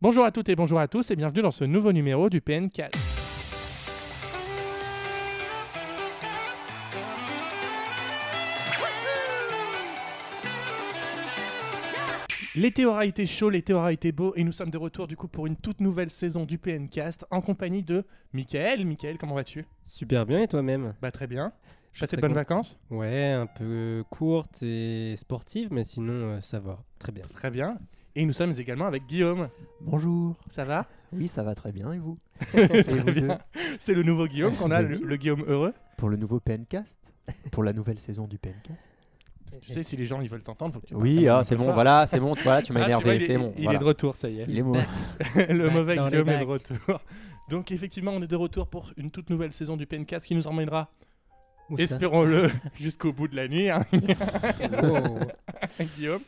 Bonjour à toutes et bonjour à tous et bienvenue dans ce nouveau numéro du PN4. L'été aura été chaud, l'été aura été beau et nous sommes de retour du coup pour une toute nouvelle saison du PNcast en compagnie de Mickaël. Mickaël, comment vas-tu ? Super bien, et toi-même ? Bah très bien. Je suis Passé de très bonnes content. vacances ? Ouais, un peu courte et sportive, mais sinon ça va, très bien. Très bien. Et nous sommes également avec Guillaume. Bonjour. Ça va ? Oui, ça va très bien, et vous? Très vous deux bien. C'est le nouveau Guillaume qu'on a, Mais oui. le Guillaume heureux. Pour le nouveau PNcast? Pour la nouvelle saison du PNcast? Tu sais, si les gens ils veulent t'entendre, faut que tu Oui, parles un c'est peu bon, fort. voilà, c'est bon, voilà, tu m'as Ah, tu énervé, vois, c'est bon. Il voilà. est de retour, ça y est. Il est mauvais. Le Back mauvais dans les Guillaume est de bacs. retour. Donc effectivement, on est de retour pour une toute nouvelle saison du PNcast qui nous emmènera, Où ça ? espérons-le, jusqu'au bout de la nuit, hein, Wow. Guillaume.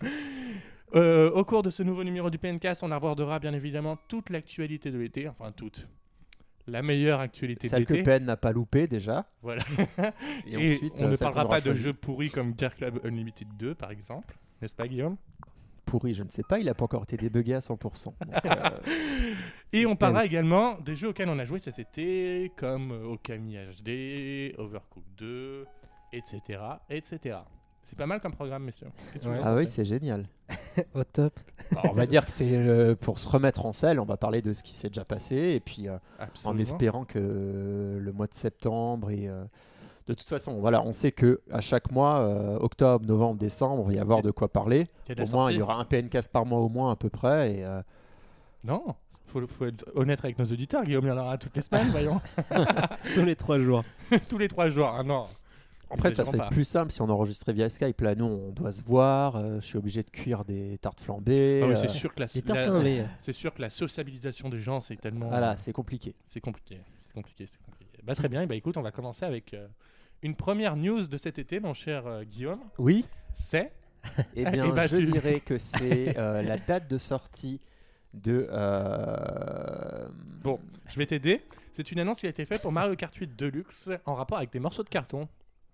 Au cours de ce nouveau numéro du PNcast, on abordera bien évidemment toute l'actualité de l'été, enfin toute. La meilleure actualité de Celle que l'été. PN n'a pas loupé déjà. Voilà. Et, Et ensuite, on ne celle parlera qu'on aura pas de choisie. jeux pourris comme Gear Club Unlimited 2, par exemple. N'est-ce pas, Guillaume ? Pourri, je ne sais pas, il n'a pas encore été débugué à 100%. Donc, Et on Suspense. parlera également des jeux auxquels on a joué cet été, comme Okami HD, Overcooked 2, etc., etc. C'est pas mal comme programme, messieurs. Qu'est-ce que vous en ah oui, pensez ? c'est génial. Au top. Alors, on va dire que c'est pour se remettre en selle, on va parler de ce qui s'est déjà passé, et puis en Absolument. espérant que le mois de septembre et de toute façon, voilà, on sait que à chaque mois, octobre, novembre, décembre, il va y avoir de quoi parler. Il y a de la Au moins, sortie. il y aura un PNcast par mois au moins à peu près. Et Non, faut être honnête avec nos auditeurs. Guillaume, il y en aura toutes les semaines, voyons. Tous les 3 jours. Tous les 3 jours. Ah non. après, ça Exagérons serait pas. plus simple si on enregistrait via Skype. Là, nous, on doit se voir. Je suis obligé de cuire des tartes flambées. Ah oui, c'est sûr que Les tartes flambées. c'est sûr que la sociabilisation des gens, c'est tellement. Voilà, c'est compliqué. C'est compliqué. Bah, très bien. Et bah, écoute, on va commencer avec une première news de cet été, mon cher Guillaume. Oui. C'est. Eh bien, Eh ben, je tu- dirais que c'est la date de sortie de. Bon, je vais t'aider. C'est une annonce qui a été faite pour Mario Kart 8 Deluxe en rapport avec des morceaux de carton.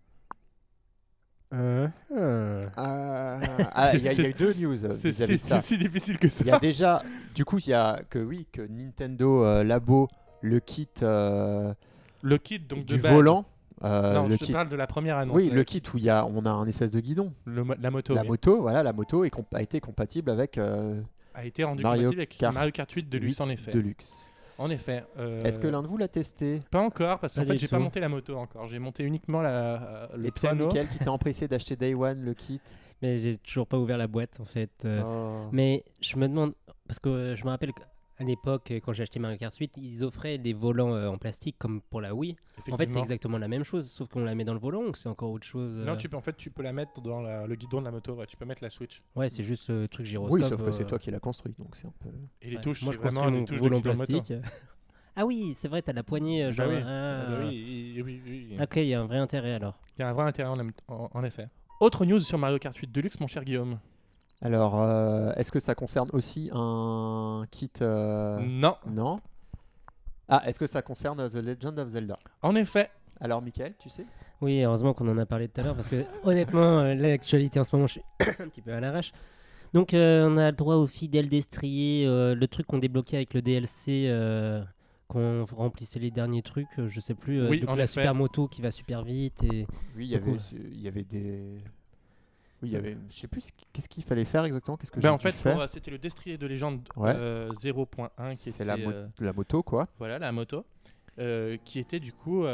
Il y a eu deux news C'est vis-à-vis de ça. si difficile que ça. Il y a déjà, du coup, il y a que Nintendo Labo, le kit Le kit donc du de base. volant. Non, le je te kit, parle de la première annonce. oui, le kit où on a un espèce de guidon. La moto La oui, moto, voilà, la moto a été compatible avec a été rendu Mario compatible avec Kart Mario Kart 8 Deluxe, en 8 effet. Deluxe. En effet. Est-ce que l'un de vous l'a testé? Pas encore, parce qu'en Pas fait, du j'ai pas tout. monté la moto encore. J'ai monté uniquement le Et toi, piano. Mickaël, qui t'es empressé d'acheter Day One le kit? Mais j'ai toujours pas ouvert la boîte en fait. Oh. Mais je me demande, parce que je me rappelle qu'à l'époque, quand j'ai acheté Mario Kart 8, ils offraient des volants en plastique comme pour la Wii. En fait, c'est Effectivement. exactement la même chose, sauf qu'on la met dans le volant ou que c'est encore autre chose. Non, tu peux la mettre dans le guidon de la moto. Ouais, tu peux mettre la Switch. Ouais, c'est juste le truc gyroscope. Oui, sauf que c'est toi qui l'as construit, donc c'est un peu. Et les Ouais. touches, Moi, c'est je vraiment construis des mon touches de volant guidon de moto. plastique. Ah oui, c'est vrai, t'as la poignée, Bah genre. oui. ah. Bah oui. Ok, il y a un vrai intérêt alors. Il y a un vrai intérêt en effet. Autre news sur Mario Kart 8 Deluxe, mon cher Guillaume. Alors, est-ce que ça concerne aussi un kit Non. Non. Ah, est-ce que ça concerne The Legend of Zelda? En effet. Alors, Mickaël, tu sais? Oui, heureusement qu'on en a parlé tout à l'heure parce que honnêtement, l'actualité en ce moment, je suis un petit peu à l'arrache. Donc, on a le droit au fidèle destrier, le truc qu'on débloquait avec le DLC, qu'on remplissait les derniers trucs, je sais plus. Oui, donc en la effet. super moto qui va super vite et Oui, Beaucoup. il y avait des. Oui, il y avait. Je sais plus qu'est-ce qu'il fallait faire exactement. Qu'est-ce que Ben, j'ai en fait, pu faire? c'était le destrier de légende Ouais. 0.1 qui C'est était la moto, quoi. voilà la moto qui était du coup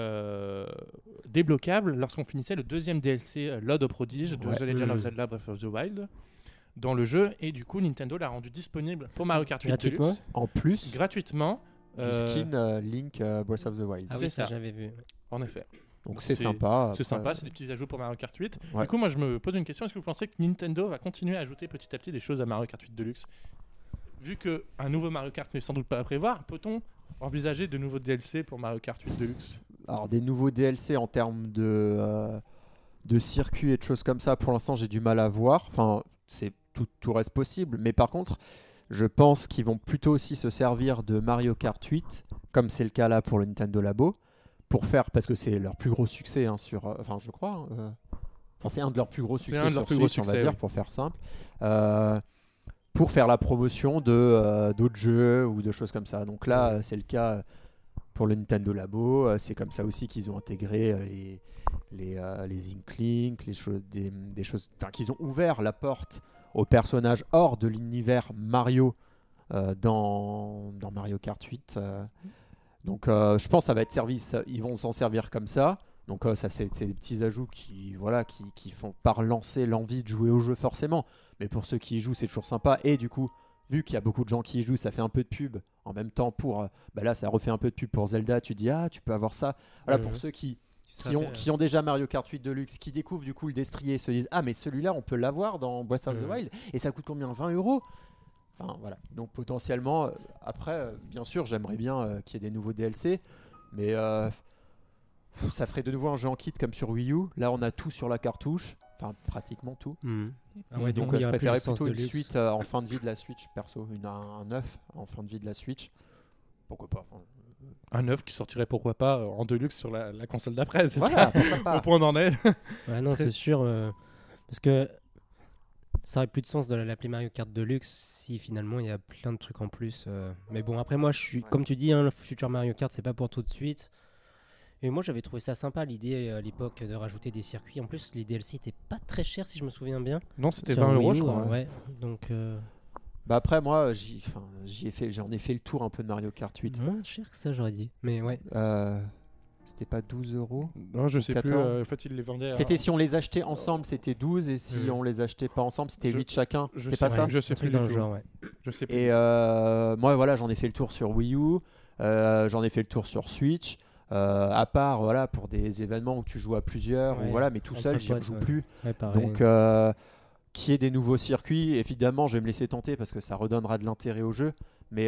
débloquable lorsqu'on finissait le deuxième DLC Lord of Prodige de Ouais. The Legend of Zelda Breath of the Wild dans le jeu, et du coup Nintendo l'a rendu disponible pour Mario Kart 8 gratuitement. Deluxe En plus gratuitement du skin Link Breath of the Wild. Ah c'est oui, ça ça. j'avais vu. en effet. Donc c'est c'est- sympa. C'est Après, sympa, c'est des petits ajouts pour Mario Kart 8. Ouais. Du coup, moi je me pose une question, est-ce que vous pensez que Nintendo va continuer à ajouter petit à petit des choses à Mario Kart 8 Deluxe? Vu qu'un nouveau Mario Kart n'est sans doute pas à prévoir, peut-on envisager de nouveaux DLC pour Mario Kart 8 Deluxe? Alors des nouveaux DLC en termes de circuits et de choses comme ça, pour l'instant j'ai du mal à voir. Enfin, tout reste possible. Mais par contre, je pense qu'ils vont plutôt aussi se servir de Mario Kart 8, comme c'est le cas là pour le Nintendo Labo, pour faire, parce que c'est leur plus gros succès sur, enfin je crois. Enfin, c'est un de leurs plus gros succès un de leurs sur plus gros Switch, on va succès, dire, oui. pour faire simple. pour faire la promotion de d'autres jeux ou de choses comme ça. Donc là, c'est le cas pour le Nintendo Labo. C'est comme ça aussi qu'ils ont intégré les Inklink, des choses, qu'ils ont ouvert la porte aux personnages hors de l'univers Mario dans Mario Kart 8. Donc je pense que ça va être ils vont s'en servir comme ça. Donc c'est des petits ajouts qui font pas relancer l'envie de jouer au jeu forcément. Mais pour ceux qui y jouent, c'est toujours sympa. Et du coup, vu qu'il y a beaucoup de gens qui y jouent, ça fait un peu de pub. En même temps, là, ça refait un peu de pub pour Zelda. Tu dis, tu peux avoir ça. Voilà, pour ceux qui ont déjà Mario Kart 8 Deluxe, qui découvrent du coup le destrier, se disent, mais celui-là, on peut l'avoir dans Breath of the Wild. Et ça coûte combien ? 20€ ? Enfin, voilà. Donc potentiellement, après, bien sûr, j'aimerais bien qu'il y ait des nouveaux DLC. Mais ça ferait de nouveau un jeu en kit comme sur Wii U. Là, on a tout sur la cartouche. Enfin, pratiquement tout. Donc je préférais plutôt une suite en fin de vie de la Switch, perso. Un œuf en fin de vie de la Switch. Pourquoi pas Un œuf qui sortirait, pourquoi pas, en Deluxe sur la console d'après, c'est ça au point d'en est. Ouais, non, c'est sûr. Parce que ça aurait plus de sens de l'appeler Mario Kart Deluxe si finalement il y a plein de trucs en plus. Mais bon, après moi, comme tu dis, le futur Mario Kart, c'est pas pour tout de suite. Et moi, j'avais trouvé ça sympa, l'idée à l'époque de rajouter des circuits. En plus, les DLC étaient pas très chers, si je me souviens bien. Non, c'était sur 20€, Wii U, je crois. Ouais. Donc, après, moi, j'en ai fait le tour un peu de Mario Kart 8. moins cher que ça, j'aurais dit. Mais ouais. C'était pas 12€? Non, je sais 14. plus. En fait, ils les vendaient. C'était si on les achetait ensemble, c'était 12. Et si on les achetait pas ensemble, c'était 8 chacun. C'était pas ça? Je sais plus dans du le tout. genre, ouais. Je sais plus. Et moi, voilà, j'en ai fait le tour sur Wii U. J'en ai fait le tour sur Switch. À part pour des événements où tu joues à plusieurs, mais tout seul, j'y joue plus. Ouais, Donc, qu'il y ait des nouveaux circuits, évidemment, je vais me laisser tenter parce que ça redonnera de l'intérêt au jeu. Mais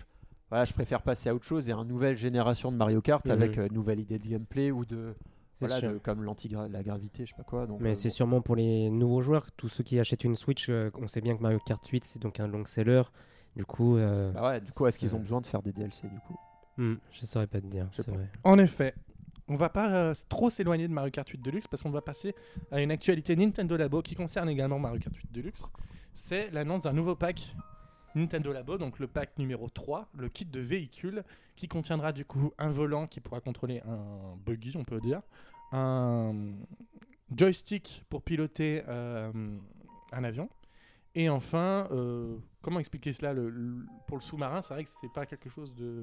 je préfère passer à autre chose et à une nouvelle génération de Mario Kart avec une nouvelle idée de gameplay ou comme la gravité, je sais pas quoi. Donc, mais c'est sûrement pour les nouveaux joueurs, tous ceux qui achètent une Switch, on sait bien que Mario Kart 8 c'est donc un long seller. Du coup, est-ce qu'ils ont besoin de faire des DLC du coup? Je saurais pas te dire, c'est vrai. En effet, on va pas trop s'éloigner de Mario Kart 8 Deluxe parce qu'on va passer à une actualité Nintendo Labo qui concerne également Mario Kart 8 Deluxe. C'est l'annonce d'un nouveau pack Nintendo Labo, donc le pack numéro 3, le kit de véhicule qui contiendra du coup un volant qui pourra contrôler un buggy, on peut dire, un joystick pour piloter un avion. Et enfin, comment expliquer cela pour le sous-marin, c'est vrai que c'est pas quelque chose de...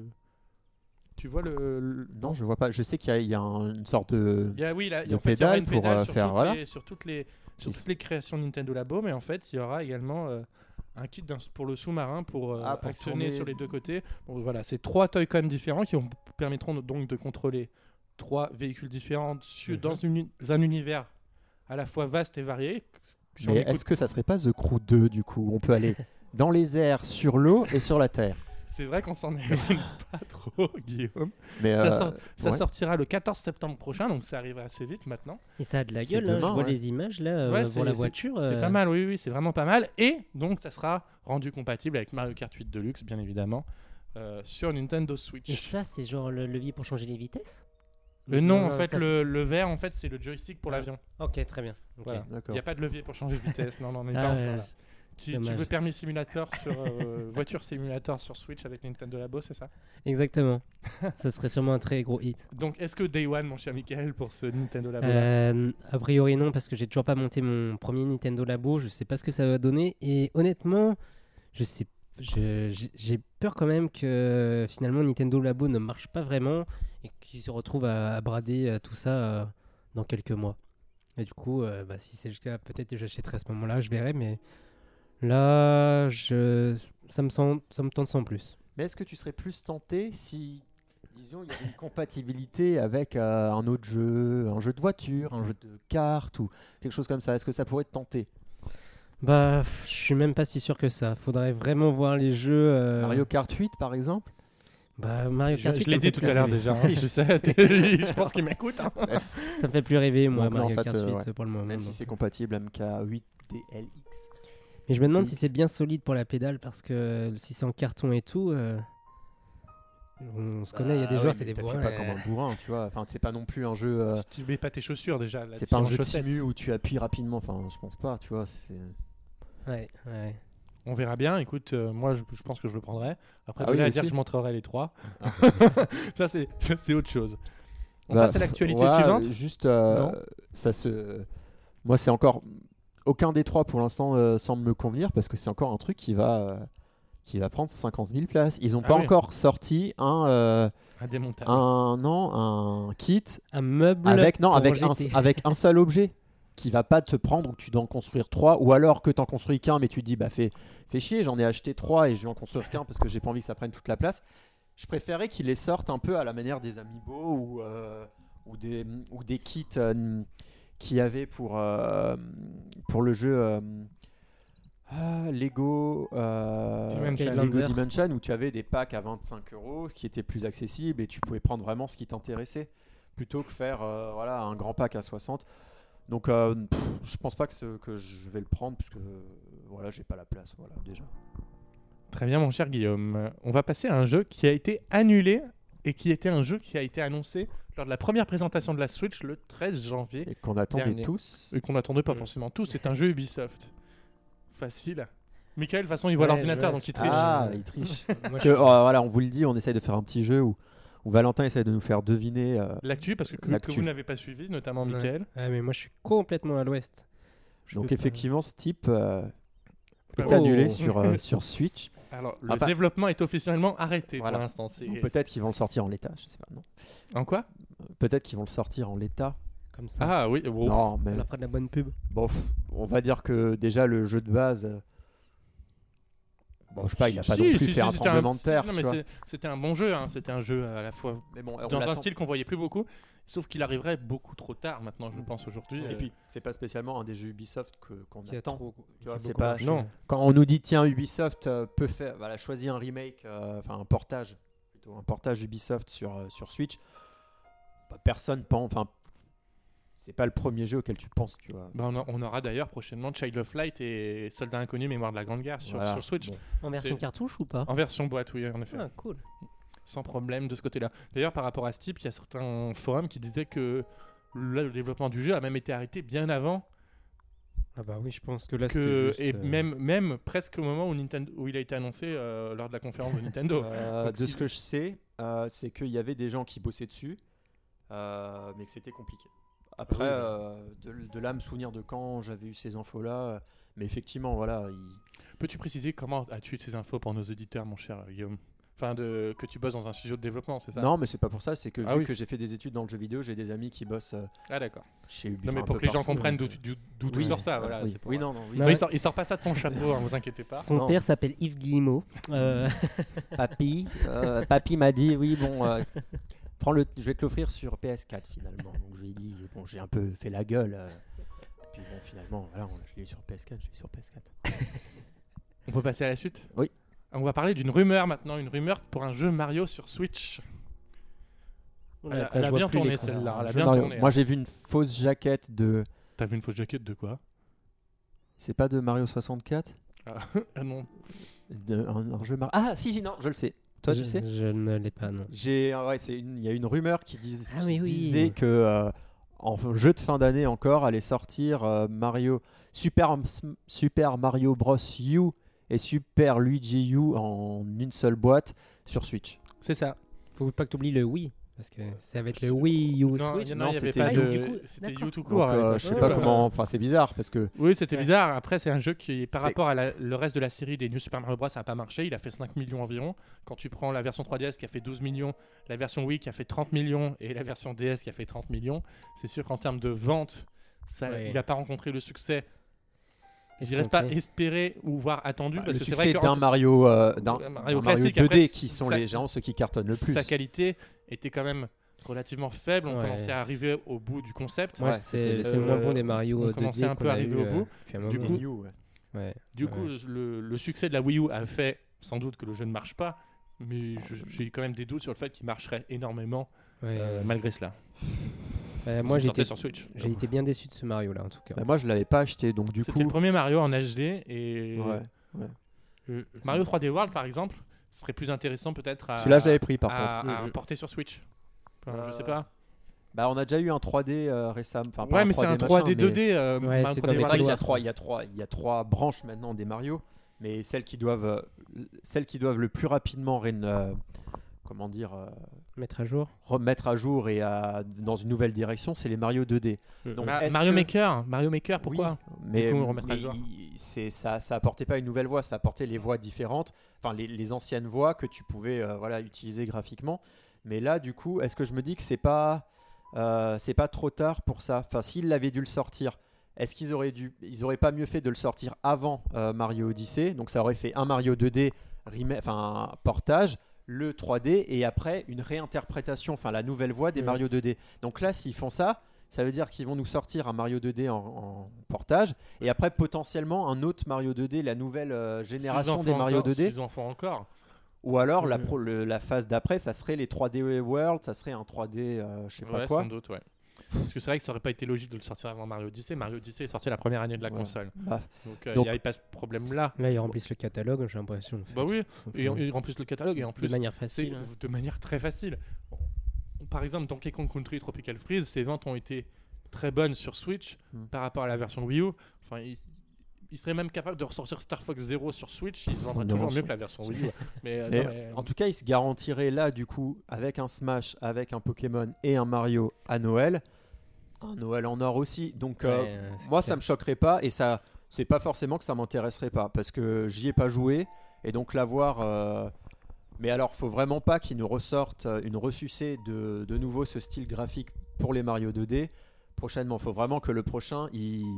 Tu vois Non, je vois pas. Je sais qu'il y a une sorte de pédale pour faire sur toutes les créations Nintendo Labo, mais en fait, il y aura également un kit pour le sous-marin pour actionner sur les deux côtés. Bon, voilà, c'est 3 Toy-Con différents qui permettront donc de contrôler 3 véhicules différents dans un univers à la fois vaste et varié. Mais est-ce que ça serait pas The Crew 2 du coup? On peut aller dans les airs, sur l'eau et sur la terre. C'est vrai qu'on s'en éloigne pas trop, Guillaume. Mais ça sortira le 14 septembre prochain, donc ça arrive assez vite maintenant. Et ça a de la gueule, je vois les images là pour la voiture. C'est pas mal, oui, c'est vraiment pas mal. Et donc ça sera rendu compatible avec Mario Kart 8 Deluxe, bien évidemment, sur Nintendo Switch. Et ça, c'est genre le levier pour changer les vitesses? Non, en fait, le vert, en fait, c'est le joystick pour l'avion. Ok, très bien. Okay. Voilà. Il n'y a pas de levier pour changer de vitesse. Non, on n'est pas encore là. Tu veux permis simulateur sur voiture simulator sur Switch avec Nintendo Labo, c'est ça? Exactement. Ça serait sûrement un très gros hit. Donc, est-ce que Day One, mon cher Michael, pour ce Nintendo Labo a priori non, parce que j'ai toujours pas monté mon premier Nintendo Labo. Je sais pas ce que ça va donner. Et honnêtement, j'ai peur quand même que finalement Nintendo Labo ne marche pas vraiment et qu'ils se retrouvent à brader tout ça dans quelques mois. Et du coup, si c'est le cas, peut-être que j'achèterai à ce moment-là, je verrai, mais là, ça me tente sans plus. Mais est-ce que tu serais plus tenté si, disons, il y avait une compatibilité avec un autre jeu, un jeu de voiture, un jeu de cartes ou quelque chose comme ça? Est-ce que ça pourrait te tenter? Je suis même pas si sûr que ça. Faudrait vraiment voir les jeux. Mario Kart 8 par exemple? Mario Kart 8, je l'ai dit tout à l'heure déjà. Je sais, je pense qu'il m'écoute. Ça me fait plus rêver, moi, Mario Kart 8 pour le moment. Même si c'est compatible MK8 DLX. Mais je me demande si c'est bien solide pour la pédale, parce que si c'est en carton et tout, on se connaît, il y a des joueurs, c'est des bourrins. Pas comme un bourrin, tu vois. Enfin, c'est pas non plus un jeu. Tu mets pas tes chaussures déjà. C'est pas un jeu de simu où tu appuies rapidement. Enfin, je pense pas, tu vois. Ouais. On verra bien. Écoute, moi, je pense que je le prendrai. Après, Ah oui, à moi dire que aussi. je montrerai les 3. Ah. ça, c'est autre chose. On Bah, passe à l'actualité ouais, suivante. Juste, Non. moi, c'est encore aucun des 3 pour l'instant semble me convenir parce que c'est encore un truc qui va prendre 50 000 places. Ils n'ont Ah pas oui. encore sorti un Indémontable. un kit Un meuble avec pour un, avec un seul objet qui va pas te prendre, donc tu dois en construire 3, ou alors que tu en construis qu'un mais tu te dis bah fais chier, j'en ai acheté 3 et je vais en construire qu'un parce que j'ai pas envie que ça prenne toute la place. Je préférais qu'ils les sortent un peu à la manière des Amiibo ou des kits qu'il y avait pour le jeu Lego Skylander. Dimension, où tu avais des packs à 25 € qui étaient plus accessibles et tu pouvais prendre vraiment ce qui t'intéressait plutôt que faire un grand pack à 60. Donc je pense pas que je vais le prendre parce que voilà, j'ai pas la place déjà. Très bien, mon cher Guillaume. On va passer à un jeu qui a été annulé et qui était un jeu qui a été annoncé lors de la première présentation de la Switch le 13 janvier Et qu'on attendait dernier. tous. Et qu'on n'attendait pas forcément tous. C'est un jeu Ubisoft. Facile. Michael, de toute façon, il voit Ouais, l'ordinateur, je donc il vois, triche. Ah, il triche. Moi, Parce je que voilà, on vous le dit, on essaye de faire un petit jeu où Valentin essaye de nous faire deviner. L'actu, parce que L'actu. vous n'avez pas suivi, notamment Ouais. Michael. Ouais, mais moi je suis complètement à l'ouest. Je Donc peux effectivement, ce type est Oh. annulé sur Switch. Alors, le Enfin- développement est officiellement arrêté Voilà. pour l'instant. C'est... Donc peut-être qu'ils vont le sortir en l'état, je sais pas. Non. En quoi Peut-être qu'ils vont le sortir en l'état. pas. Comme ça. Ah oui, bon. Non, Ça mais leur fera de la bonne pub. bon, on va dire que déjà le jeu de base. Bon, je sais pas, il a pas Si, non plus si, fait un c'était tremblement de terre. Non, tu mais vois. c'était un bon jeu. Hein. C'était un jeu à la fois Mais bon, on dans un l'attend. style qu'on voyait plus beaucoup, sauf qu'il arriverait beaucoup trop tard maintenant, je pense, aujourd'hui. Et puis, c'est pas spécialement un des jeux Ubisoft qu'on Qui a attend. trop- Tu vois, qui a c'est beaucoup pas- marché. Non. Quand on nous dit tiens Ubisoft peut faire, choisit un remake, enfin un portage Ubisoft sur Switch, personne pense, enfin c'est pas le premier jeu auquel tu penses, tu vois. Bah, on aura d'ailleurs prochainement Child of Light et Soldat Inconnu Mémoire de la Grande Guerre sur Voilà. Switch. Bon. En version C'est- cartouche ou pas En version boîte, oui, en effet. Ah, cool. Sans problème de ce côté-là. D'ailleurs, par rapport à ce type, il y a certains forums qui disaient que le développement du jeu a même été arrêté bien avant Ah bah oui, je pense que là que, c'était juste... et même presque au moment où il a été annoncé lors de la conférence de Nintendo. Donc, De si- ce que je sais, c'est qu'il y avait des gens qui bossaient dessus, mais que c'était compliqué. Après, de là me souvenir de quand j'avais eu ces infos-là, mais effectivement, voilà, Peux-tu préciser comment as-tu eu ces infos pour nos auditeurs, mon cher Guillaume? Enfin, que tu bosses dans un studio de développement, c'est ça? non, mais c'est pas pour ça, c'est que Ah vu oui. que j'ai fait des études dans le jeu vidéo, j'ai des amis qui bossent Ah d'accord. chez Ubisoft. Non mais un pour peu que les gens partout, comprennent donc, d'où tout oui, sort ça, voilà. oui. c'est pour- Oui, non, oui. Non, Non, il sort pas ça de son chapeau, hein, vous inquiétez pas. Son Non. père s'appelle Yves Guillemot. Papy m'a dit oui bon je vais te l'offrir sur PS4 finalement. Donc je lui ai dit bon, j'ai un peu fait la gueule, puis bon finalement voilà, je l'ai eu sur PS4, je l'ai sur PS4. On peut passer à la suite? Oui. On va parler d'une rumeur maintenant, une rumeur pour un jeu Mario sur Switch. Elle a bien tourné celle-là, elle a Jeu bien Mario. tourné. Moi hein. j'ai vu une fausse jaquette de, T'as vu une fausse jaquette de quoi? c'est pas de Mario 64, Ah non. un jeu Mario. Ah si non, je le sais. Toi tu sais? Je ne l'ai pas, non. Il y a une rumeur qui, Ah oui, oui. disait que en jeu de fin d'année encore allait sortir Super Mario Bros U et Super Luigi U en une seule boîte sur Switch. C'est ça. Faut pas que tu oublies le Wii. Parce que c'est avec le Wii U Non, Switch. il y Non, avait c'était pas U. de... Du coup, C'était d'accord. You tout Donc court. à l'époque. je sais Ouais, pas ouais. comment, enfin c'est bizarre parce que Oui, c'était Ouais. bizarre. Après, c'est un jeu qui, par C'est- rapport à le reste de la série des New Super Mario Bros, ça n'a pas marché. Il a fait 5 millions environ. Quand tu prends la version 3DS qui a fait 12 millions, la version Wii qui a fait 30 millions et la version DS qui a fait 30 millions, c'est sûr qu'en termes de vente, Ouais. il n'a pas rencontré le succès. Est-ce Il reste qu'on pas sait espéré ou voire attendu. le parce que c'est succès vrai que d'un Mario, d'un Mario Mario classique, 2D après, qui sont ça- les gens ceux qui cartonnent le plus. sa qualité était quand même relativement faible. On Ouais. commençait à arriver au bout du concept. Moi, Ouais, c'était c'est le moins bon des on Mario 2D commençait un peu qu'on à a arriver eu, au bout. depuis un Du moment. coup- Des New, ouais. Ouais. Du Ouais. coup, le succès de la Wii U a fait sans doute que le jeu ne marche pas, mais j'ai quand même des doutes sur le fait qu'il marcherait énormément Ouais. malgré cela. Moi, Il j'ai sortait été, sur Switch. j'ai été bien déçu de ce Mario là, en tout cas. Bah, moi je l'avais pas acheté donc du C'était le coup. premier Mario en HD et Ouais. Mm. Mario 3D World par exemple serait plus intéressant peut-être à, Celui-là je l'avais pris par à, contre. à Mhm. porter sur Switch. Enfin, je sais Euh, pas. Bah on a déjà eu un 3D récemment. Enfin, pas Ouais, mais c'est un 3D machin, 2D. Ouais, Mario c'est 3D dans Mais c'est les vrai World. qu'il y a trois branches maintenant des Mario. mais celles qui doivent le plus rapidement Mettre à jour. remettre à jour et dans une nouvelle direction, c'est les Mario 2D. Donc, est-ce Mario que- Maker, pourquoi Oui, mais, coup, remettre à mais jour. ça apportait pas une nouvelle voix, ça apportait les voix différentes, enfin les anciennes voix que tu pouvais utiliser graphiquement. Mais là, du coup, est-ce que je me dis que c'est pas trop tard pour ça? Enfin, s'ils l'avaient dû le sortir, est-ce qu'ils auraient pas mieux fait de le sortir avant Mario Odyssey? Donc ça aurait fait un Mario 2D un portage, le 3D et après une réinterprétation, enfin la nouvelle voix des Mario 2D. Donc là, s'ils font ça, ça veut dire qu'ils vont nous sortir un Mario 2D en portage et après potentiellement un autre Mario 2D, la nouvelle génération des Mario 2D. S'ils en font encore. Ou alors la phase d'après, ça serait les 3D World, ça serait un 3D je sais pas Ouais, quoi. sans doute, ouais. Parce que c'est vrai que ça aurait pas été logique de le sortir avant Mario Odyssey. Mario Odyssey est sorti la première année de la console. Bah, Donc il donc- n'y avait pas ce problème-là. Là, ils remplissent le catalogue, j'ai l'impression. en fait. Bah oui, Tout et simplement. ils remplissent le catalogue et en plus de manière c'est facile. hein. de manière très facile. Par exemple, Donkey Kong Country Tropical Freeze, ses ventes ont été très bonnes sur Switch par rapport à la version Wii U. Enfin, ils seraient même capables de ressortir Star Fox Zero sur Switch, ils se vendraient toujours mieux que la version Wii U. Mais, Mais non, mais- en tout cas, ils se garantiraient là, du coup, avec un Smash, avec un Pokémon et un Mario à Noël, un Noël en or aussi. Donc, C'est moi, clair. ça me choquerait pas et ça, c'est pas forcément que ça m'intéresserait pas parce que j'y ai pas joué et donc l'avoir. Mais alors, faut vraiment pas qu'ils nous ressortent une ressucée de nouveau ce style graphique pour les Mario 2D prochainement. Faut vraiment que le prochain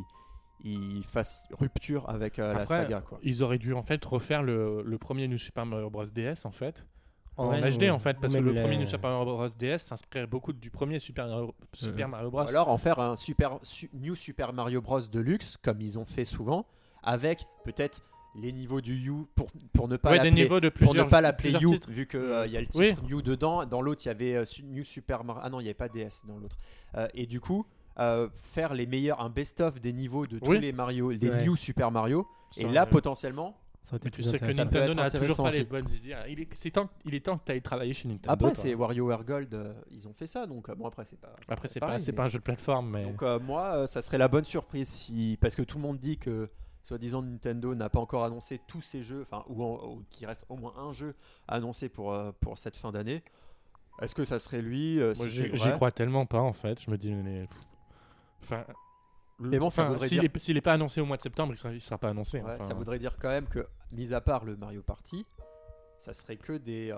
il fasse rupture avec la Après, saga, quoi. ils auraient dû en fait refaire le premier New Super Mario Bros DS en fait. En Ouais, HD en fait, parce que même le premier New Super Mario Bros DS s'inspirait beaucoup du premier Super Mario Bros. Ou alors en faire un New Super Mario Bros Deluxe, comme ils ont fait souvent, avec peut-être les niveaux du U pour ne pas Ouais, des l'appeler niveaux de pour ne plusieurs, pas l'appeler plusieurs U, titres. vu qu'il y a le titre New dedans. Dans l'autre, il y avait New Super Mario. Ah non, il n'y avait pas DS dans l'autre. Et du coup, faire un best-of des niveaux de tous les Mario, des Ouais. New Super Mario. Et Ça, là, potentiellement. Ça aurait été Mais tu plus sais que intéressant. Ça peut Nintendo être n'a toujours intéressant pas les aussi. bonnes idées. Il est temps que tu ailles travailler chez Nintendo. Après, toi. c'est WarioWare Gold, ils ont fait ça. Donc, bon, après, c'est pas. Après, c'est pareil, mais- pas un jeu de plateforme, mais Donc moi, ça serait la bonne surprise parce que tout le monde dit que soi-disant Nintendo n'a pas encore annoncé tous ses jeux, enfin ou qu'il reste au moins un jeu annoncé pour cette fin d'année. Est-ce que ça serait lui moi, si j'y c'est vrai crois tellement pas en fait. Je me dis, enfin, Mais bon, ça voudrait dire- s'il est pas annoncé au mois de septembre, il sera pas annoncé. Ouais, enfin. ça voudrait dire quand même que, mis à part le Mario Party, ça serait que des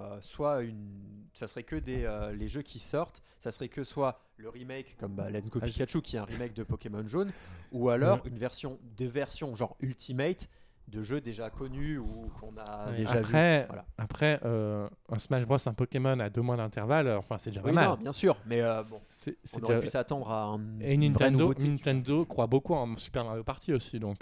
ça serait que les jeux qui sortent, ça serait que soit le remake comme Let's Go Pikachu qui est un remake de Pokémon Jaune, ou alors des versions genre Ultimate de jeux déjà connus ou qu'on a Ouais. déjà vu. Voilà. Après, un Smash Bros, un Pokémon à 2 mois d'intervalle, enfin c'est déjà Oui, pas mal. non, bien sûr, mais bon, C'est on déjà- aurait pu s'attendre à Et une vraie Nintendo, nouveauté. Nintendo croit beaucoup en Super Mario Party aussi, donc.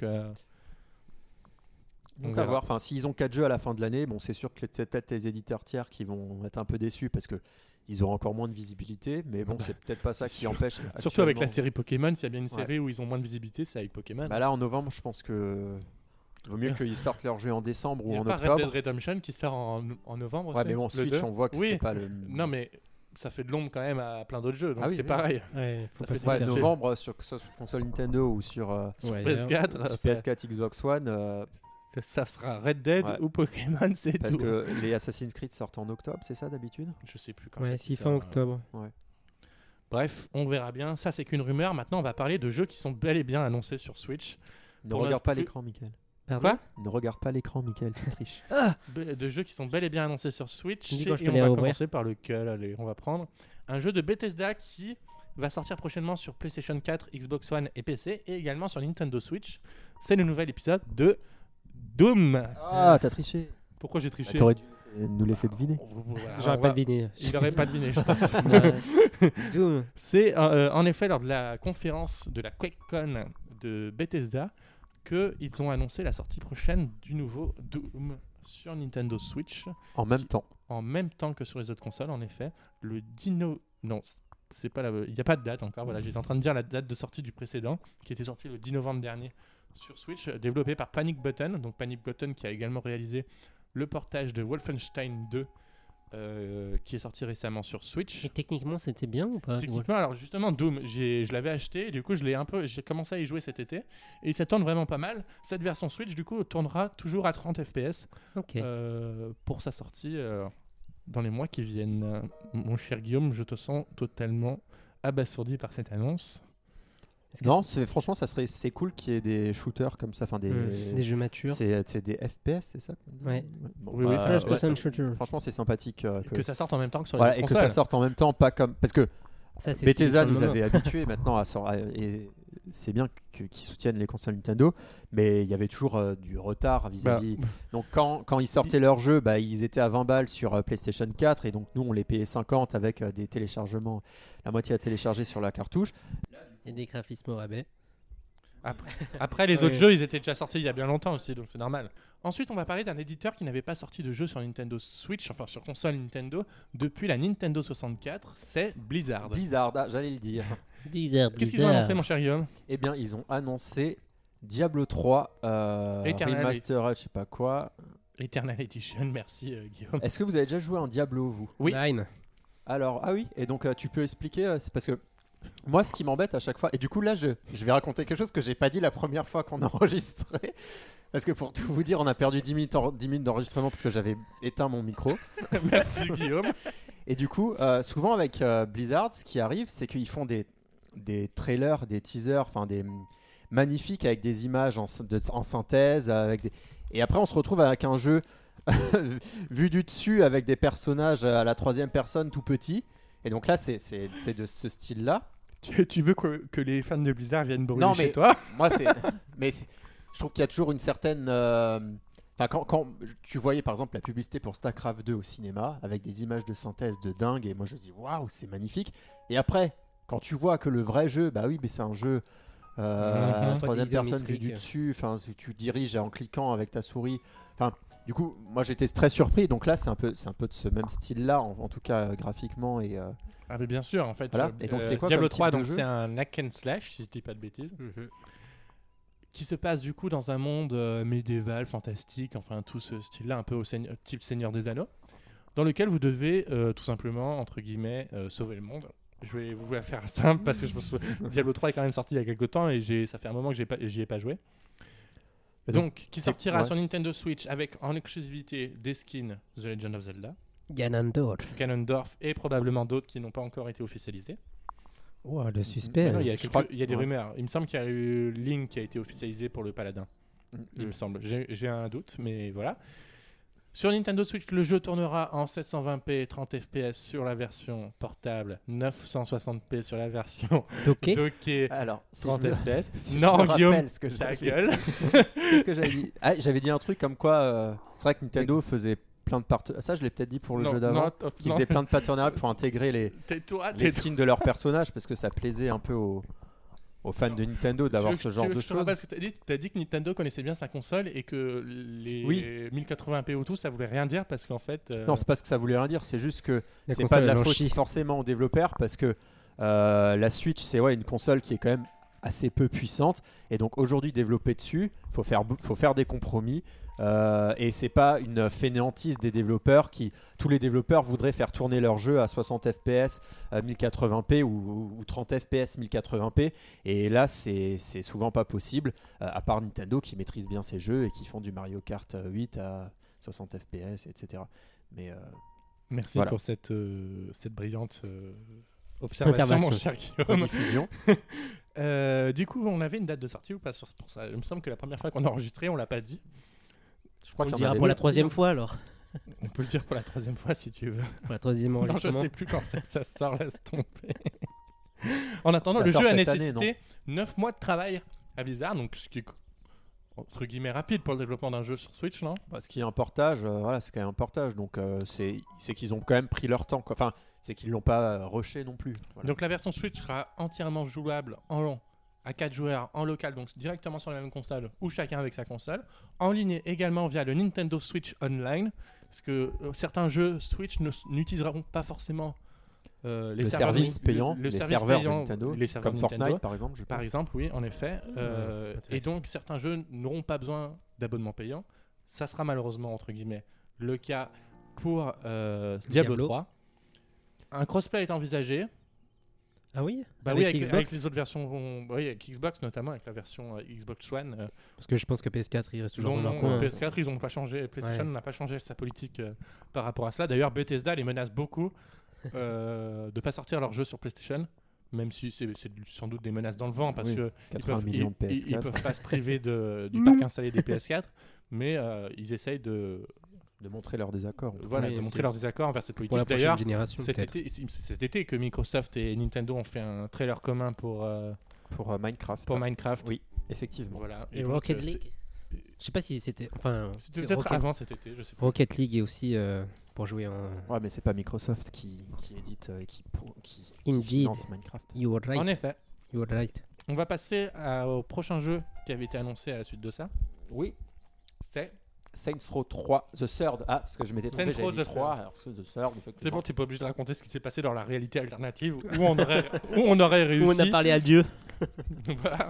Donc on à verra. voir. Enfin, s'ils ont 4 jeux à la fin de l'année, bon, c'est sûr que c'est peut-être les éditeurs tiers qui vont être un peu déçus parce que ils auront encore moins de visibilité. Mais bon, c'est peut-être pas ça qui empêche. Surtout avec la actuellement- série Pokémon, s'il y a bien une Ouais. série où ils ont moins de visibilité, c'est avec Pokémon. Bah là, en novembre, je pense que il vaut mieux qu'ils sortent leur jeu en décembre Il ou y a en pas Red Dead octobre. Redemption qui sort en novembre Ouais, aussi, mais bon, le Switch, 2. on voit que Oui. c'est pas le. Non, mais ça fait de l'ombre quand même à plein d'autres jeux, donc Ah oui, c'est oui. pareil. Ouais, faut Ça pas fait se Ouais, faire. novembre, que ce soit sur console Nintendo ou sur Ouais, PS4, sur PS4, Xbox One, ça sera Red Dead Ouais. ou Pokémon, c'est parce tout. que les Assassin's Creed sortent en octobre, c'est ça d'habitude? Je sais plus quand Ouais, c'est si qui fin sort, octobre. Bref, on verra bien. Ça, c'est qu'une rumeur. Maintenant, on va parler de jeux qui sont bel et bien annoncés sur Switch. Ne Pour regarde notre pas plus- l'écran, Mickaël. Quoi Ne regarde pas l'écran, Mickaël, tu triches. De jeux qui sont bel et bien annoncés sur Switch. Dis-moi, je Et peux on les va rouvrir. commencer par lequel? Allez, on va prendre un jeu de Bethesda qui va sortir prochainement sur PlayStation 4, Xbox One et PC, et également sur Nintendo Switch. C'est le nouvel épisode de Doom. Ah, t'as triché. Pourquoi j'ai Bah, triché? T'aurais dû nous laisser deviner. Voilà, J'aurais on pas va- deviné. Il n'aurait pas deviné, je pense. Ouais. Doom. C'est en effet lors de la conférence de la QuakeCon de Bethesda qu'ils ont annoncé la sortie prochaine du nouveau Doom sur Nintendo Switch En même temps. en même temps que sur les autres consoles. En effet, le Dino... Non, c'est pas il n'y a pas de date encore. Voilà, j'étais en train de dire la date de sortie du précédent qui était sorti le 10 novembre dernier sur Switch, développé par Panic Button. Donc Panic Button qui a également réalisé le portage de Wolfenstein 2 qui est sorti récemment sur Switch. Et techniquement, c'était bien ou pas? Techniquement, alors justement, Doom, je l'avais acheté, et du coup, j'ai commencé à y jouer cet été, et ça tourne vraiment pas mal. Cette version Switch, du coup, tournera toujours à 30 FPS Ok. pour sa sortie dans les mois qui viennent. Mon cher Guillaume, je te sens totalement abasourdi par cette annonce. Est-ce que Non, franchement, c'est cool qu'il y ait des shooters comme ça, enfin des jeux matures. c'est des FPS, c'est ça qu'on dit Ouais. Bon, Oui, oui, First ouais, person shooter. franchement, c'est sympathique Que ça sorte en même temps que sur voilà, les et que consoles. ça sorte en même temps, pas comme parce que Ça, c'est Bethesda stylé nous sur le avait habitués maintenant et c'est bien qu'ils soutiennent les consoles Nintendo, mais il y avait toujours du retard vis-à-vis. Donc quand ils sortaient leurs jeux, ils étaient à 20 balles sur PlayStation 4 et donc nous on les payait 50 avec des téléchargements, la moitié à télécharger sur la cartouche. Et des graphismes au rabais. Après, les Ouais. autres jeux, ils étaient déjà sortis il y a bien longtemps aussi, donc c'est normal. Ensuite, on va parler d'un éditeur qui n'avait pas sorti de jeu sur Nintendo Switch, enfin sur console Nintendo, depuis la Nintendo 64, c'est Blizzard. Blizzard, j'allais le dire. Blizzard. Qu'est-ce qu'ils ont annoncé, mon cher Guillaume? Eh bien, ils ont annoncé Diablo 3 Eternal Remastered, je sais pas quoi. Eternal Edition, merci Guillaume. Est-ce que vous avez déjà joué à un Diablo, vous? Oui. Nine. Alors, ah oui, et donc tu peux expliquer, c'est parce que moi, ce qui m'embête à chaque fois, et du coup là, je vais raconter quelque chose que j'ai pas dit la première fois qu'on a enregistré, parce que pour tout vous dire, on a perdu 10 minutes d'enregistrement parce que j'avais éteint mon micro. Merci Guillaume. Et du coup, souvent avec Blizzard, ce qui arrive, c'est qu'ils font des trailers, des teasers, enfin des magnifiques avec des images en synthèse, et après on se retrouve avec un jeu vu du dessus avec des personnages à la troisième personne tout petits. Et donc là, c'est de ce style-là. Tu veux que les fans de Blizzard viennent brûler Non, chez mais- toi? Moi, je trouve qu'il y a toujours une certaine. Enfin, quand tu voyais par exemple la publicité pour StarCraft 2 au cinéma avec des images de synthèse de dingue, et moi je dis waouh, c'est magnifique. Et après, quand tu vois que le vrai jeu, bah oui, mais c'est un jeu troisième personne vu du isométrique. dessus. Enfin, tu diriges en cliquant avec ta souris. Enfin, du coup, moi j'étais très surpris. Donc là, c'est un peu de ce même style-là, en tout cas graphiquement et. Ah mais bien sûr, en fait. Voilà. Et donc, c'est quoi Diablo comme type 3, de donc jeu c'est un hack and slash, si je dis pas de bêtises, Mhm. qui se passe du coup dans un monde médiéval, fantastique, enfin tout ce style-là, un peu type Seigneur des Anneaux, dans lequel vous devez tout simplement, entre guillemets, sauver le monde. Je vais vous la faire simple parce que je me souviens, Diablo 3 est quand même sorti il y a quelques temps et ça fait un moment que j'y ai pas joué. Et Donc, qui sortira ouais. sur Nintendo Switch avec en exclusivité des skins The Legend of Zelda, Ganondorf. Ganondorf et probablement d'autres qui n'ont pas encore été officialisés. Oh, le Ah suspense. non, il y a, je crois il y a des ouais. rumeurs. Il me semble qu'il y a eu Link qui a été officialisé pour le Paladin. Il me semble. J'ai un doute, mais voilà. Sur Nintendo Switch, le jeu tournera en 720p 30 fps sur la version portable, 960p sur la version Docké. dockée Alors, si 30 je me- fps. si je Non, me Guillaume, rappelle ce que ta j'avais gueule. Qu'est-ce que j'avais dit? J'avais dit un truc comme quoi c'est vrai que Nintendo faisait plein de partenariats. Ça, je l'ai peut-être dit pour le Non, jeu d'avant. non, Qui non. faisait plein de partenariats pour intégrer les Tais-toi, skins de leurs personnages parce que ça plaisait un peu aux fans de Nintendo d'avoir ce genre de Je te choses. rappelle ce que tu as dit. Tu as dit que Nintendo connaissait bien sa console et que les Oui. 1080p ou tout, ça voulait rien dire parce qu'en fait. Non, c'est pas ce que ça voulait rien dire. C'est juste que La c'est console, pas de la elle en faute chie. forcément aux développeurs parce que la Switch, c'est une console qui est quand même assez peu puissante et donc aujourd'hui développer dessus, faut faire des compromis. Et c'est pas une fainéantise des développeurs tous les développeurs voudraient faire tourner leur jeu à 60 fps 1080p ou 30 fps 1080p et là c'est souvent pas possible à part Nintendo qui maîtrise bien ses jeux et qui font du Mario Kart 8 à 60 fps etc. Mais Merci Voilà. pour cette brillante observation, mon cher Guillaume. rediffusion. Du coup, on avait une date de sortie ou pas pour ça? Il me semble que la première fois qu'on a enregistré, on l'a pas dit. Je crois On le qu'il y en dira avait pour la deux, troisième si, fois alors. On peut le dire pour la troisième fois si tu veux. Pour la troisième Non, je enregistrement. sais plus quand c'est que ça sort, laisse tomber. En attendant, Ça le sort jeu a cette année, nécessité 9 mois de travail à Blizzard, donc ce qui est entre guillemets rapide pour le développement d'un jeu sur Switch, non? Parce qu'il y a un portage, voilà, c'est quand même un portage, donc c'est qu'ils ont quand même pris leur temps, quoi. Enfin, c'est qu'ils l'ont pas rushé non plus. Voilà. Donc la version Switch sera entièrement jouable à 4 joueurs en local, donc directement sur la même console ou chacun avec sa console, en ligne également via le Nintendo Switch Online, parce que certains jeux Switch n'utiliseront pas forcément les le serveurs service payant, le les service serveurs payant, de Nintendo, les serveurs comme Nintendo, Fortnite par exemple, je par pense. exemple, oui, en effet. Et intéressant. donc certains jeux n'auront pas besoin d'abonnement payant. Ça sera malheureusement entre guillemets le cas pour Diablo Diablo. 3. Un crossplay est envisagé. Ah oui Bah Avec oui, avec Xbox les autres versions, oui, avec Xbox notamment, avec la version Xbox One. Parce que je pense que PS4 il reste toujours Non, dans leur non, coin. PS4, ils n'ont pas changé. PlayStation n'a pas changé sa politique par rapport à cela. D'ailleurs, Bethesda les menace beaucoup de ne pas sortir leurs jeux sur PlayStation, même si c'est sans doute des menaces dans le vent, parce Oui, que 80 millions de PS4. ils peuvent pas se priver du parc installé des PS4, mais ils essayent de montrer leur désaccord. voilà, Oui, de montrer c'est- leur désaccord envers cette Pour la politique. prochaine D'ailleurs, génération, peut-être. cet été que Microsoft et Nintendo ont fait un trailer commun pour Minecraft. Minecraft. Oui, effectivement. Voilà. Et donc, Rocket League Je sais pas si c'était. Enfin, C'était c'est peut-être Rocket... avant cet été, je sais pas. Rocket League est aussi pour jouer en. Ouais, mais c'est pas Microsoft qui édite et qui Indeed. finance Minecraft. You are right. En effet. You are right. On va passer au prochain jeu qui avait été annoncé à la suite de ça. Oui, C'est Saints Row 3, The Third. Ah, parce que je m'étais trompé, Saints Row j'avais dit The 3, Third. alors c'est The Third, effectivement. c'est bon, tu n'es pas obligé de raconter ce qui s'est passé dans la réalité alternative où on aurait réussi. Où on a parlé à Dieu. Voilà.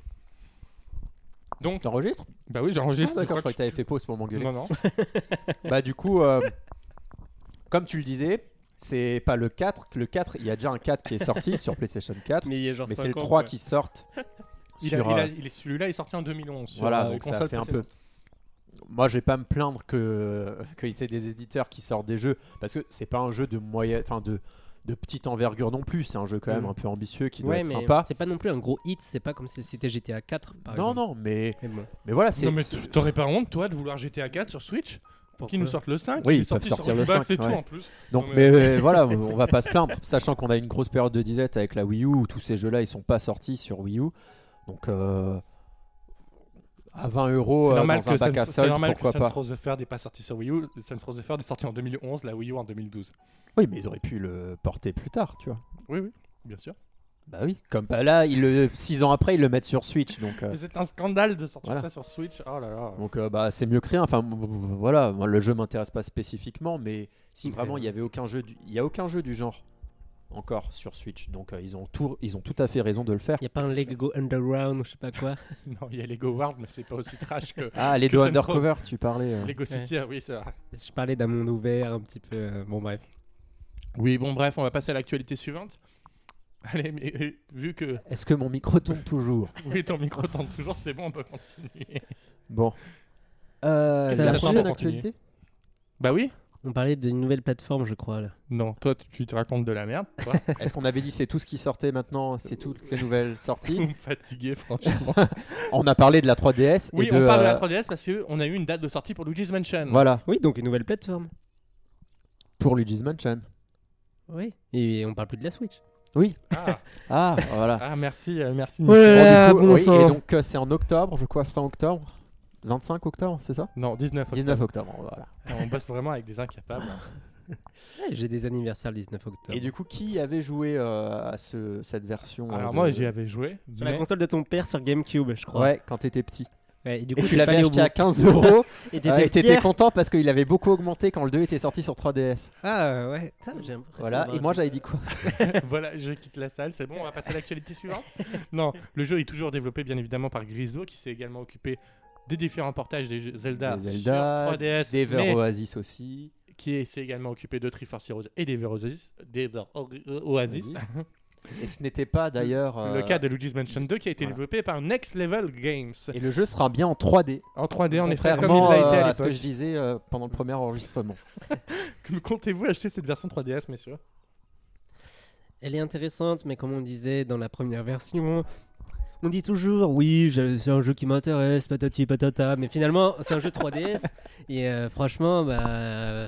Donc, T'enregistres bah oui, Ah, j'enregistre. d'accord, je croyais que t'avais fait pause pour m'engueuler. Non, non. Bah du coup, comme tu le disais, c'est pas le 4. Le 4, il y a déjà un 4 qui est sorti sur PlayStation 4. Mais il y a genre Mais c'est le 5 ans, 3 quoi. qui sortent Celui-là, sur... est sorti en 2011. sur, Voilà, les donc ça consoles fait un peu... précédentes. Moi, je vais pas me plaindre qu'il y ait des éditeurs qui sortent des jeux, parce que c'est pas un jeu de moyenne... Enfin, de petite envergure non plus. C'est un jeu quand même un peu ambitieux qui doit Ouais, être mais sympa. c'est pas non plus un gros hit. C'est pas comme si c'était GTA 4 par Non, exemple. non, mais Mais bon. voilà, c'est... Non, mais t'aurais pas honte, toi, de vouloir GTA 4 sur Switch Pourquoi qui nous sortent le 5 Oui, il est ils peuvent sorti sur sortir le Xbox 5, et tout ouais. en plus. Donc, Non, mais voilà, on va pas se plaindre, sachant qu'on a une grosse période de disette avec la Wii U où tous ces jeux-là ils sont pas sortis sur Wii U. Donc à 20 euros C'est normal dans un bac à c'est solde, normal que pourquoi Saints pas. Row the Third n'est pas sorti sur Wii U. Saints Row the Third est sorti en 2011, la Wii U en 2012. Oui, mais ils auraient pu le porter plus tard, tu vois. Oui, oui, bien sûr. Bah oui, comme bah là, 6 ans après, ils le mettent sur Switch, donc Mais c'est un scandale de sortir voilà. ça sur Switch. Oh là là. bah c'est mieux que rien. Enfin voilà, moi, le jeu m'intéresse pas spécifiquement, mais si Ok. vraiment il y avait aucun jeu, il y a aucun jeu du genre encore sur Switch, donc ils ont tout à fait raison de le faire. Y a pas un Lego Underground ou je sais pas quoi. Non, il y a Lego World, mais c'est pas aussi trash que Ah, les que deux Saints Undercover, tu parlais. Lego City. Ah oui, c'est vrai. Je parlais d'un monde ouvert un petit peu. Bon bref. Oui, bon, bref, on va passer à l'actualité suivante. Allez, mais vu que Est-ce que mon micro tombe toujours? oui, ton micro tente toujours, c'est bon, on peut continuer. Bon. Qu'est-ce que la t'as prochaine pour actualité? Bah oui. On parlait d'une nouvelle plateforme, je crois. Là. Non, toi, tu te racontes de la merde. Toi. Est-ce qu'on avait dit c'est tout ce qui sortait maintenant, c'est toutes les nouvelles Vous sorties? me fatiguez, franchement. On a parlé de la 3DS Oui, et de on parle de la 3DS parce qu'on a eu une date de sortie pour Luigi's Mansion. voilà, Oui, donc une nouvelle plateforme. pour Luigi's Mansion. Oui. Et on parle plus de la Switch. Oui. Ah, Ah, voilà. ah, merci, merci. Ouais. Nico. Ah, du coup, bon oui, sang. et donc c'est en octobre, je crois, fin octobre. 25 octobre, c'est ça? Non, 19 octobre. 19 octobre, voilà. On bosse vraiment avec des incapables. Ouais, j'ai des anniversaires le 19 octobre. Et du coup, qui avait joué à cette version Alors de- moi, j'y avais joué. Sur la mais- console de ton père sur GameCube, je crois. Ouais, quand t'étais petit. Ouais, et du Et coup, tu l'avais acheté à 15 euros. Et Et t'étais t'étais fier. content parce qu'il avait beaucoup augmenté quand le 2 était sorti sur 3DS. Ah ouais. Ça, j'ai l'impression Voilà, d'avoir et moi j'avais dit quoi? Voilà, je quitte la salle, c'est bon, on va passer à l'actualité suivante. Non, le jeu est toujours développé bien évidemment par Griso qui s'est également occupé des différents portages des jeux Zelda, Des Zelda, sur 3DS, D'Ever mais Oasis aussi. qui s'est également occupé de Triforce Heroes et d'Ever Oasis. Oasis. Et ce n'était pas d'ailleurs. Le cas de Luigi's Mansion 2 qui a été voilà. développé par Next Level Games. Et le jeu sera bien en 3D. En 3D, en effet, comme il Contrairement l'a été à à ce que l'époque. je disais pendant le premier enregistrement. Comptez-vous acheter cette version 3DS, messieurs? Elle est intéressante, mais comme on disait dans la première version, on dit toujours oui, c'est un jeu qui m'intéresse, patati patata, mais finalement c'est un jeu 3DS et franchement, bah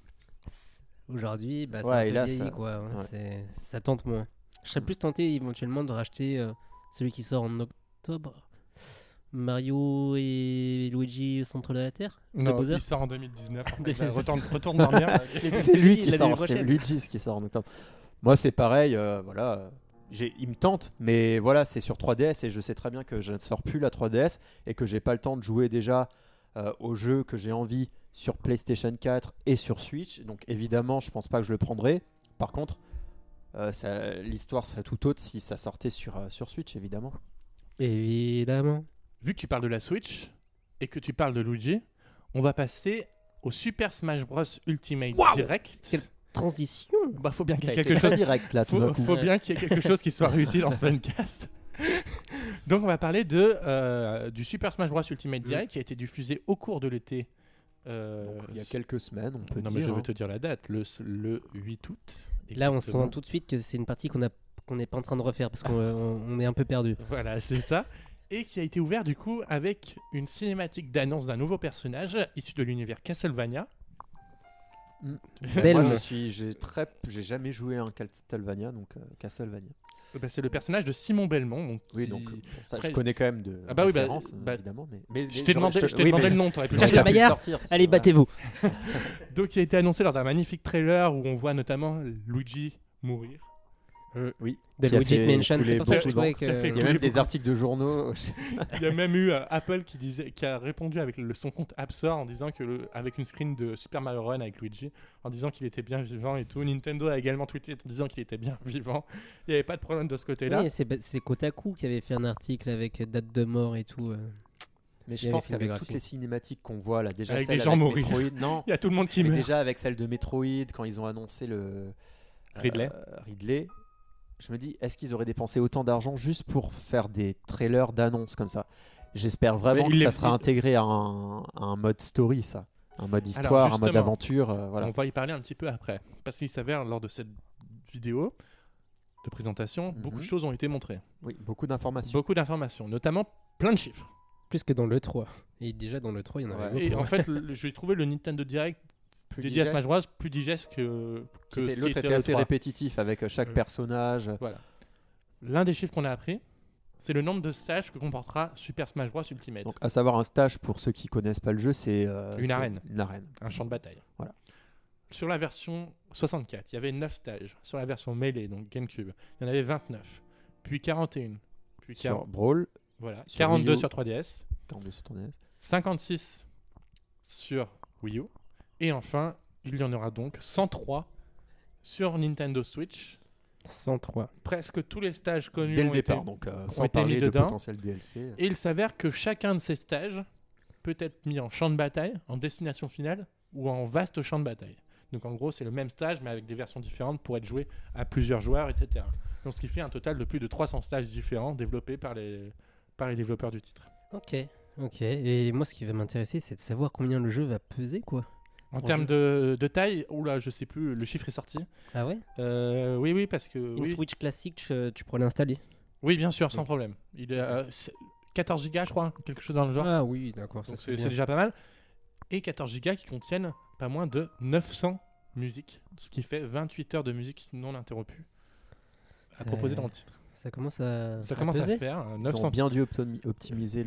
aujourd'hui, bah, c'est Ouais, un et peu là, vieilli, ça- quoi. Hein, ouais. ça tente moins. Je serais plus tenté éventuellement de racheter celui qui sort en octobre, Mario et Luigi au centre de la Terre. de Non, Bowser. il sort en 2019. En fait. Là, retourne dormir. C'est lui qui l'année sort, c'est prochaine. Luigi's qui sort en octobre. Moi c'est pareil, voilà. Il me tente, mais voilà, c'est sur 3DS et je sais très bien que je ne sors plus la 3DS et que j'ai pas le temps de jouer déjà aux jeux que j'ai envie sur PlayStation 4 et sur Switch. Donc évidemment, je pense pas que je le prendrai. Par contre, l'histoire serait tout autre si ça sortait sur Switch, évidemment. Évidemment. Vu que tu parles de la Switch et que tu parles de Luigi, on va passer au Super Smash Bros Ultimate Direct. Transition. Bah, faut bien qu'il y ait T'as été quelque chose. très direct là tout d'un coup. Faut bien qu'il y ait quelque chose qui soit réussi dans ce podcast. Donc, on va parler du Super Smash Bros Ultimate Direct qui a été diffusé au cours de l'été. Donc, il y a quelques semaines, on peut non, dire. mais je vais te dire la date, le 8 août. Là, on exactement. sent tout de suite que c'est une partie qu'on n'est pas en train de refaire parce qu'on est un peu perdu. Voilà, c'est ça. Et qui a été ouvert du coup avec une cinématique d'annonce d'un nouveau personnage issu de l'univers Castlevania. Belle. Moi, j'ai jamais joué à un Castlevania, donc Castlevania. Bah, c'est le personnage de Simon Belmont. Donc, Oui, qui- donc ça, Après- je connais quand même de Ah bah oui, bah, référence, bah, évidemment. Mais Je t'ai demandé, le nom, t'aurais pu le Cherche dire. la bagarre. Allez, battez-vous. Donc, il a été annoncé lors d'un magnifique trailer où on voit notamment Luigi mourir. Oui, De qui a Luigi's fait Mansion. couler C'est pour ça que je beaucoup trouvais d'encre. Qui a fait il y a couler même des beaucoup. articles de journaux. Il y a même eu Apple qui a répondu avec son compte App Store en disant avec une screen de Super Mario Run avec Luigi, en disant qu'il était bien vivant et tout. Nintendo a également tweeté en disant qu'il était bien vivant. Il n'y avait pas de problème de ce côté-là. Oui, c'est Kotaku qui avait fait un article avec date de mort et tout. Mais Il y je avait pense une qu'avec biographie. toutes les cinématiques qu'on voit là, déjà Avec celle des gens avec mourir. Metroid, non, Il y a tout le monde qui mais meurt. déjà avec celle de Metroid quand ils ont annoncé le Ridley, je me dis, est-ce qu'ils auraient dépensé autant d'argent juste pour faire des trailers d'annonces comme ça? J'espère vraiment Mais que ça sera intégré à un mode story, ça, un mode histoire, Alors, un mode justement, aventure, voilà. On va y parler un petit peu après. Parce qu'il s'avère, lors de cette vidéo de présentation, beaucoup de choses ont été montrées. Oui, beaucoup d'informations. Beaucoup d'informations, notamment plein de chiffres. Plus que dans le 3. Et déjà dans le 3, il y en avait Ouais. Et beaucoup. en fait, j'ai trouvé le Nintendo Direct Plus dédié à digeste. Smash Bros plus digeste que ce qui L'autre était le assez 3. répétitif avec chaque personnage. Voilà. L'un des chiffres qu'on a appris, c'est le nombre de stages que comportera Super Smash Bros Ultimate. Donc, à savoir un stage, pour ceux qui connaissent pas le jeu, c'est Une arène. Une arène. Un champ de bataille. Voilà. Sur la version 64, il y avait 9 stages. Sur la version Melee, donc GameCube, il y en avait 29. Puis 41. Puis Sur Brawl, voilà. sur 42 Wii U. sur 3DS. 42 sur ton NES. 56 sur Wii U. Et enfin, il y en aura donc 103 sur Nintendo Switch. 103. Presque tous les stages connus Dès le ont départ, été... donc ont sans été mis parler de dedans. potentiel DLC. Et il s'avère que chacun de ces stages peut être mis en champ de bataille, en destination finale ou en vaste champ de bataille. Donc en gros, c'est le même stage mais avec des versions différentes pour être joué à plusieurs joueurs, etc. Donc ce qui fait un total de plus de 300 stages différents développés par les développeurs du titre. Ok. Et moi, ce qui va m'intéresser, c'est de savoir combien le jeu va peser, quoi. En Pour termes de taille, oula, je sais plus, le chiffre est sorti. Ah ouais. Oui, parce que... Une oui. Switch classique, tu pourrais l'installer. Oui, bien sûr, sans problème. Il est 14 Go, je crois, quelque chose dans le genre. Ah oui, d'accord, ça Donc se c'est fait bien. déjà pas mal. Et 14 Go qui contiennent pas moins de 900 musiques, ce qui fait 28 heures de musique non interrompue à Ça- proposer dans le titre. Ça commence à. Ça commence à peser. se faire, Ils ont 900 bien dû optimiser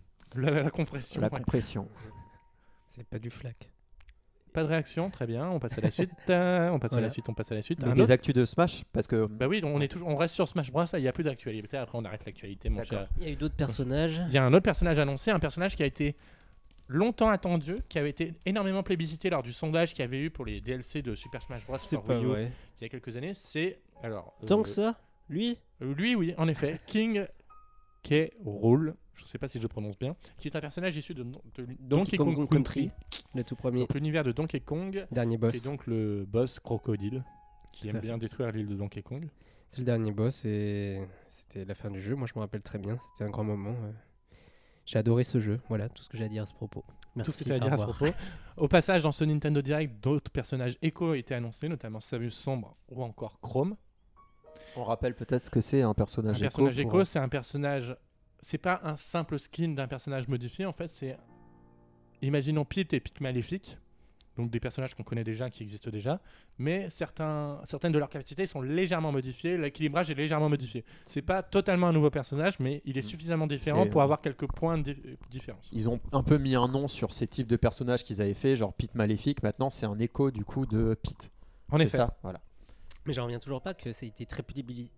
la compression. la ouais. compression. C'est pas du flac. Pas de réaction, très bien, on passe à la suite. on passe à Voilà. la suite, on passe à la suite. Mais Un des autre- actus de Smash, parce que Bah oui, on reste sur Smash Bros, il n'y a plus d'actualité, après on arrête l'actualité, mon D'accord. cher. Il y a eu d'autres personnages. Il y a un autre personnage annoncé, un personnage qui a été longtemps attendu, qui avait été énormément plébiscité lors du sondage qu'il y avait eu pour les DLC de Super Smash Bros sur Wii U il y a quelques années. C'est alors Tant que ça, lui. lui, oui, en effet, King K. Rool, je ne sais pas si je le prononce bien, qui est un personnage issu de Donkey Kong Country, le tout premier. donc l'univers de Donkey Kong, Dernier boss. qui est donc le boss crocodile, qui Tout aime à fait. bien détruire l'île de Donkey Kong. C'est le dernier boss et c'était la fin du jeu. Moi, je me rappelle très bien. C'était un grand moment. J'ai adoré ce jeu. Voilà, tout ce que j'ai à dire à ce propos. Merci. Tout ce que tu as à au dire à ce revoir. propos. Au passage, dans ce Nintendo Direct, d'autres personnages écho ont été annoncés, notamment Samus Sombre ou encore Chrome. on rappelle peut-être ce que c'est un personnage Un personnage écho. écho, c'est un personnage. C'est pas un simple skin d'un personnage modifié, en fait, c'est. Imaginons Pete et Pete Maléfique, donc des personnages qu'on connaît déjà, qui existent déjà, mais certaines de leurs capacités sont légèrement modifiées, l'équilibrage est légèrement modifié. C'est pas totalement un nouveau personnage, mais il est suffisamment différent C'est- pour avoir quelques points de différence. Ils ont un peu mis un nom sur ces types de personnages qu'ils avaient fait, genre Pete Maléfique. Maintenant, c'est un écho du coup de Pete. En C'est effet. ça, voilà. Mais j'en reviens toujours pas que ça a été très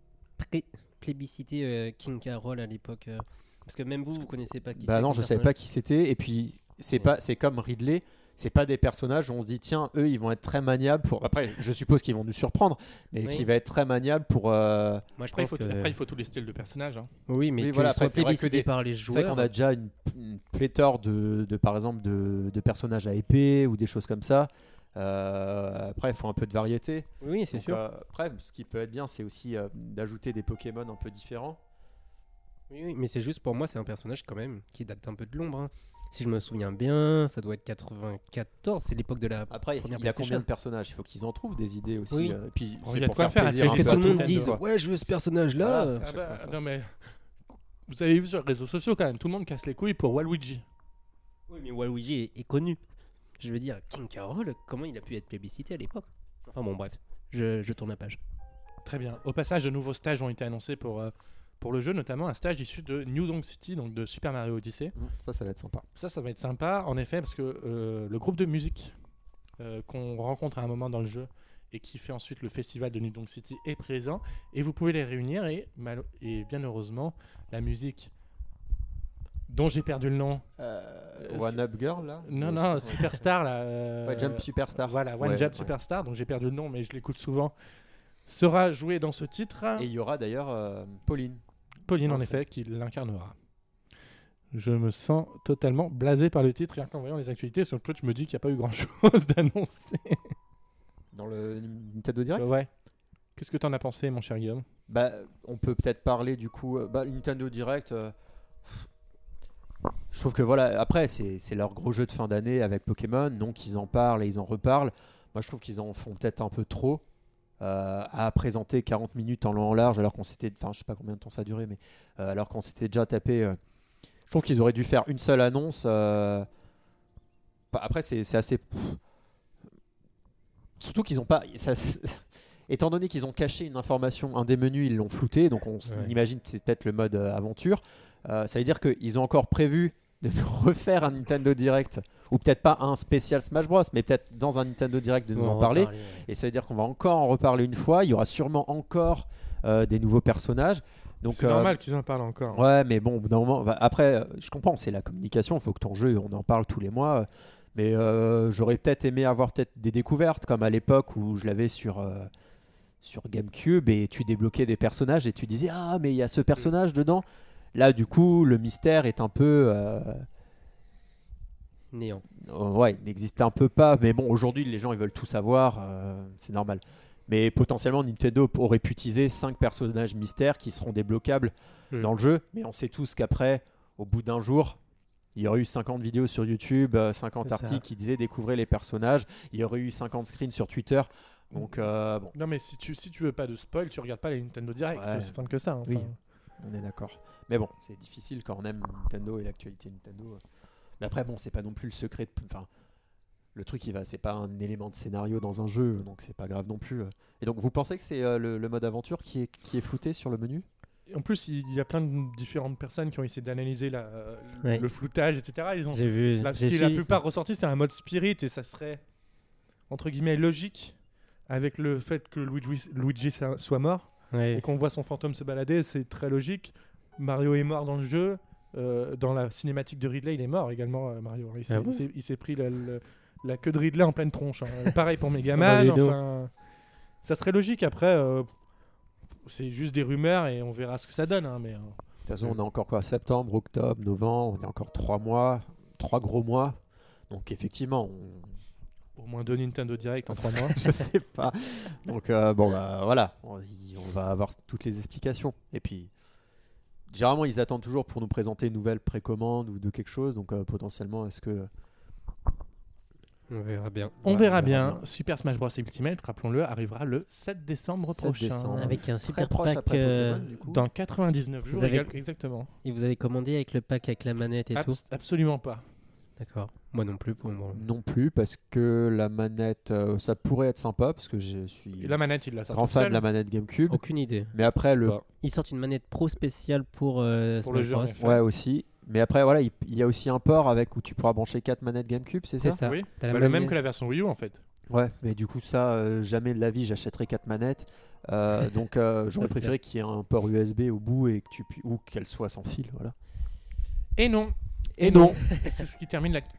plébiscité King Carol à l'époque. Parce que même vous connaissez pas qui c'est. Bah non, comme je savais personnage. pas qui c'était. Et puis, c'est comme Ridley, c'est pas des personnages où on se dit tiens, eux ils vont être très maniables pour. Après, je suppose qu'ils vont nous surprendre, mais Oui. qui va être très maniable pour. Moi, je Après, pense que. il faut tous les styles de personnages. Hein. Oui, mais Oui, que voilà, soit après, c'est vrai que plébiscité des- par les C'est vrai joueurs. qu'on a déjà une pléthore par exemple, de personnages à épée ou des choses comme ça. Après, il faut un peu de variété. Oui, c'est Donc, sûr. après, ce qui peut être bien, c'est aussi d'ajouter des Pokémon un peu différents. Oui, mais c'est juste pour moi, c'est un personnage quand même qui date un peu de l'ombre. Hein. Si je me souviens bien, ça doit être 94, c'est l'époque de la. Après, il Première y a combien PlayStation. de personnages? Il faut qu'ils en trouvent des idées aussi. Oui. Et puis, Bon, c'est il y a pour de quoi faire faire plaisir avec un Que peu les à tout le monde Nintendo, dise quoi. ouais, je veux ce personnage-là. Voilà, c'est- Ah chaque bah, fois, ça. non mais vous avez vu sur les réseaux sociaux quand même, tout le monde casse les couilles pour Waluigi. Oui, mais Waluigi est connu. Je veux dire, King Carol, comment il a pu être plébiscité à l'époque? Enfin bon, bref, je tourne la page. Très bien. Au passage, de nouveaux stages ont été annoncés pour le jeu, notamment un stage issu de New Donk City, donc de Super Mario Odyssey. Ça va être sympa. Ça va être sympa, en effet, parce que le groupe de musique qu'on rencontre à un moment dans le jeu et qui fait ensuite le festival de New Donk City est présent, et vous pouvez les réunir, et bien heureusement, la musique dont j'ai perdu le nom. One Up Girl, là? Non, Ouais. Superstar, là. Ouais, Jump Superstar. Voilà, One Ouais, Jump ouais. Superstar, dont j'ai perdu le nom, mais je l'écoute souvent, sera joué dans ce titre. Et il y aura d'ailleurs Pauline. Pauline, en Parfait. effet, qui l'incarnera. Je me sens totalement blasé par le titre, rien qu'en voyant les actualités. Sur le Twitch, je me dis qu'il n'y a pas eu grand-chose d'annoncé. Dans le Nintendo Direct. Ouais. Qu'est-ce que t'en as pensé, mon cher Guillaume? Bah, on peut peut-être parler du coup. Le Nintendo Direct. Je trouve que voilà, après, c'est leur gros jeu de fin d'année avec Pokémon. Donc, ils en parlent et ils en reparlent. Moi, je trouve qu'ils en font peut-être un peu trop. À présenter 40 minutes en long en large, alors qu'on s'était. Enfin, je sais pas combien de temps ça a duré, mais alors qu'on s'était déjà tapé. Je trouve qu'ils auraient dû faire une seule annonce. Après, c'est assez. Surtout qu'ils n'ont pas. Étant donné qu'ils ont caché une information, un des menus, ils l'ont flouté, donc on Ouais. imagine que c'est peut-être le mode aventure. Ça veut dire qu'ils ont encore prévu de nous refaire un Nintendo Direct, ou peut-être pas un spécial Smash Bros, mais peut-être dans un Nintendo Direct de nous en parler. Et ça veut dire qu'on va encore en reparler une fois. Il y aura sûrement encore des nouveaux personnages. Donc, C'est normal qu'ils en parlent encore. ouais, mais bon, au bout d'un moment. Après, je comprends, c'est la communication. Il faut que ton jeu, on en parle tous les mois. Mais j'aurais peut-être aimé avoir peut-être des découvertes, comme à l'époque où je l'avais sur GameCube et tu débloquais des personnages et tu disais ah mais il y a ce personnage dedans. Là, du coup, le mystère est un peu Néant. ouais, il n'existe un peu pas. Mais bon, aujourd'hui, les gens ils veulent tout savoir, c'est normal. Mais potentiellement, Nintendo aurait pu utiliser 5 personnages mystères qui seront débloquables dans le jeu. Mais on sait tous qu'après, au bout d'un jour, il y aurait eu 50 vidéos sur YouTube, 50 C'est ça. articles qui disaient découvrez les personnages. Il y aurait eu 50 screens sur Twitter. Donc, bon, Non, mais si tu veux pas de spoil, tu regardes pas les Nintendo Direct. Ouais. C'est aussi simple que ça. Enfin. Oui. on est d'accord. Mais bon, c'est difficile quand on aime Nintendo et l'actualité Nintendo. Mais après, bon, c'est pas non plus le secret. Enfin, le truc, c'est pas un élément de scénario dans un jeu, donc c'est pas grave non plus. Et donc, vous pensez que c'est le mode aventure qui est flouté sur le menu? En plus, il y a plein de différentes personnes qui ont essayé d'analyser Ouais. le floutage, etc. Ils ont J'ai vu. la, j'ai la suivi plupart ressortis, c'est un mode spirit et ça serait entre guillemets logique avec le fait que Luigi soit mort ça. Ouais. et qu'on voit son fantôme se balader, c'est très logique. Mario est mort dans le jeu, dans la cinématique de Ridley, il est mort également. Mario, Ah bon il s'est pris la queue de Ridley en pleine tronche. Hein. Pareil pour Megaman. dis donc. Enfin, ça serait logique. Après, c'est juste des rumeurs et on verra ce que ça donne. Hein, mais De toute façon, on a encore quoi? Septembre, octobre, novembre, on a encore 3 mois, 3 gros mois. Donc effectivement, au moins 2 Nintendo Direct en 3 mois. je sais pas. Donc bon, bah, voilà, on va avoir toutes les explications. Et puis, généralement, ils attendent toujours pour nous présenter une nouvelle précommande ou de quelque chose. Donc potentiellement, est-ce que On verra bien. On Ouais, verra on verra bien. bien. Super Smash Bros Ultimate, rappelons-le, arrivera le 7 décembre 7 prochain. décembre. Avec un très super proche pack. après Pokémon, du coup? Dans 99 jours, Vous avez- exactement. Et vous avez commandé avec le pack avec la manette et tout? Absolument pas. D'accord. Moi non plus pour moi. Non plus, parce que la manette, ça pourrait être sympa, parce que je suis Et la manette, il l'a sorti grand tout fan seul. de la manette GameCube. Aucune idée. Mais après, Je sais le pas. Ils sortent une manette pro spéciale pour le Smash jeu, Bros. en effet. ouais aussi. Mais après, voilà, il y a aussi un port avec où tu pourras brancher 4 manettes GameCube, c'est C'est ça? ça. Oui. T'as la Bah, le même manette- que la version Wii U en fait. Ouais, mais du coup, ça, jamais de la vie, j'achèterai 4 manettes. Donc, j'aurais C'est préféré qu'il y ait un port USB au bout et ou qu'elle soit sans fil. Voilà. Et non. Et non. Et c'est ce qui termine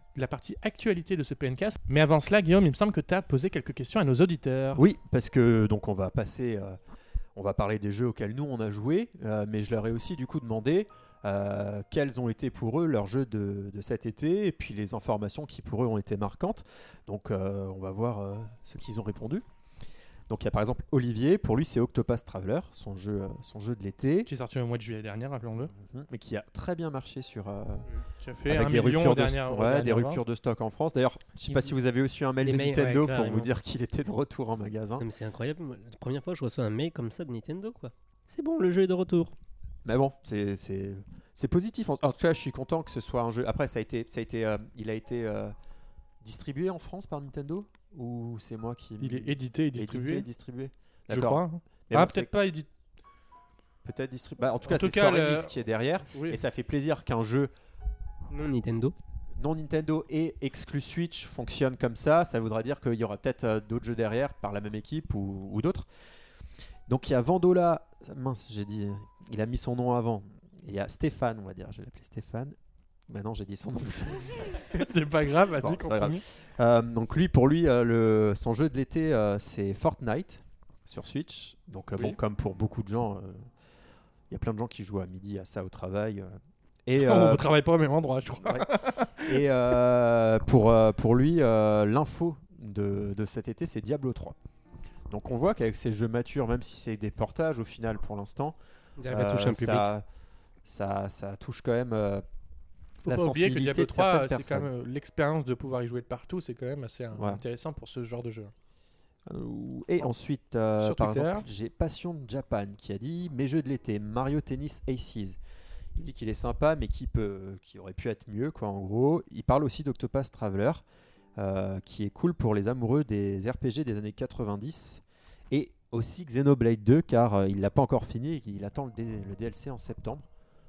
la partie actualité de ce PNcast. Mais avant cela, Guillaume, il me semble que tu as posé quelques questions à nos auditeurs. Oui, parce que donc on va passer, on va parler des jeux auxquels nous on a joué, mais je leur ai aussi du coup demandé quels ont été pour eux leurs jeux de cet été et puis les informations qui pour eux ont été marquantes. Donc on va voir ce qu'ils ont répondu. Donc il y a par exemple Olivier, pour lui c'est Octopath Traveler, son jeu de l'été, Qui est sorti au mois de juillet dernier, rappelons-le. mais qui a très bien marché sur Qui a fait avec 1 des million ruptures, des ventes. ruptures de stock en France. D'ailleurs, je ne sais pas si vous avez reçu un mail Les de mails, Nintendo ouais, pour carrément. vous dire qu'il était de retour en magasin. Non, mais c'est incroyable. Moi, la première fois que je reçois un mail comme ça de Nintendo, quoi. C'est bon, le jeu est de retour. Mais bon, c'est positif. En tout cas, je suis content que ce soit un jeu. Après, il a été distribué en France par Nintendo ou c'est moi qui Il est édité et distribué, distribué. je D'accord. crois. Mais Ah, bon, peut-être pas édité. peut-être distribué. Bah, en tout cas, En tout c'est cas, Square le- Enix qui est derrière Oui. et ça fait plaisir qu'un jeu Non, Nintendo. non Nintendo et exclu Switch fonctionne comme ça. Ça voudra dire qu'il y aura peut-être d'autres jeux derrière par la même équipe ou d'autres. Donc il y a Vandola. Mince, j'ai dit, il a mis son nom avant. Il y a Stéphane, on va dire. Je vais l'appeler Stéphane. Maintenant, j'ai dit son nom. C'est pas grave, vas-y, Bon, c'est pas continue. Donc pour lui, son jeu de l'été, c'est Fortnite sur Switch. Donc Oui. bon, comme pour beaucoup de gens, il y a plein de gens qui jouent à midi à ça au travail. Et On ne travaille pas au même endroit, je crois. ouais. Et pour lui, l'info de cet été, c'est Diablo 3. Donc on voit qu'avec ces jeux matures, même si c'est des portages au final pour l'instant, Ils arrivent à toucher un public. ça touche quand même Faut la pas oublier que sensibilité Diablo de 3, certaines c'est quand personnes. même l'expérience de pouvoir y jouer de partout, c'est quand même assez Ouais. intéressant pour ce genre de jeu. Et ensuite, Sur par Twitter. exemple, j'ai Passion de Japan qui a dit mes jeux de l'été, Mario Tennis Aces. Il dit qu'il est sympa, mais qui aurait pu être mieux, quoi. En gros, il parle aussi d'Octopath Traveler, qui est cool pour les amoureux des RPG des années 90, et aussi Xenoblade 2, car il l'a pas encore fini et qu'il attend le DLC en septembre.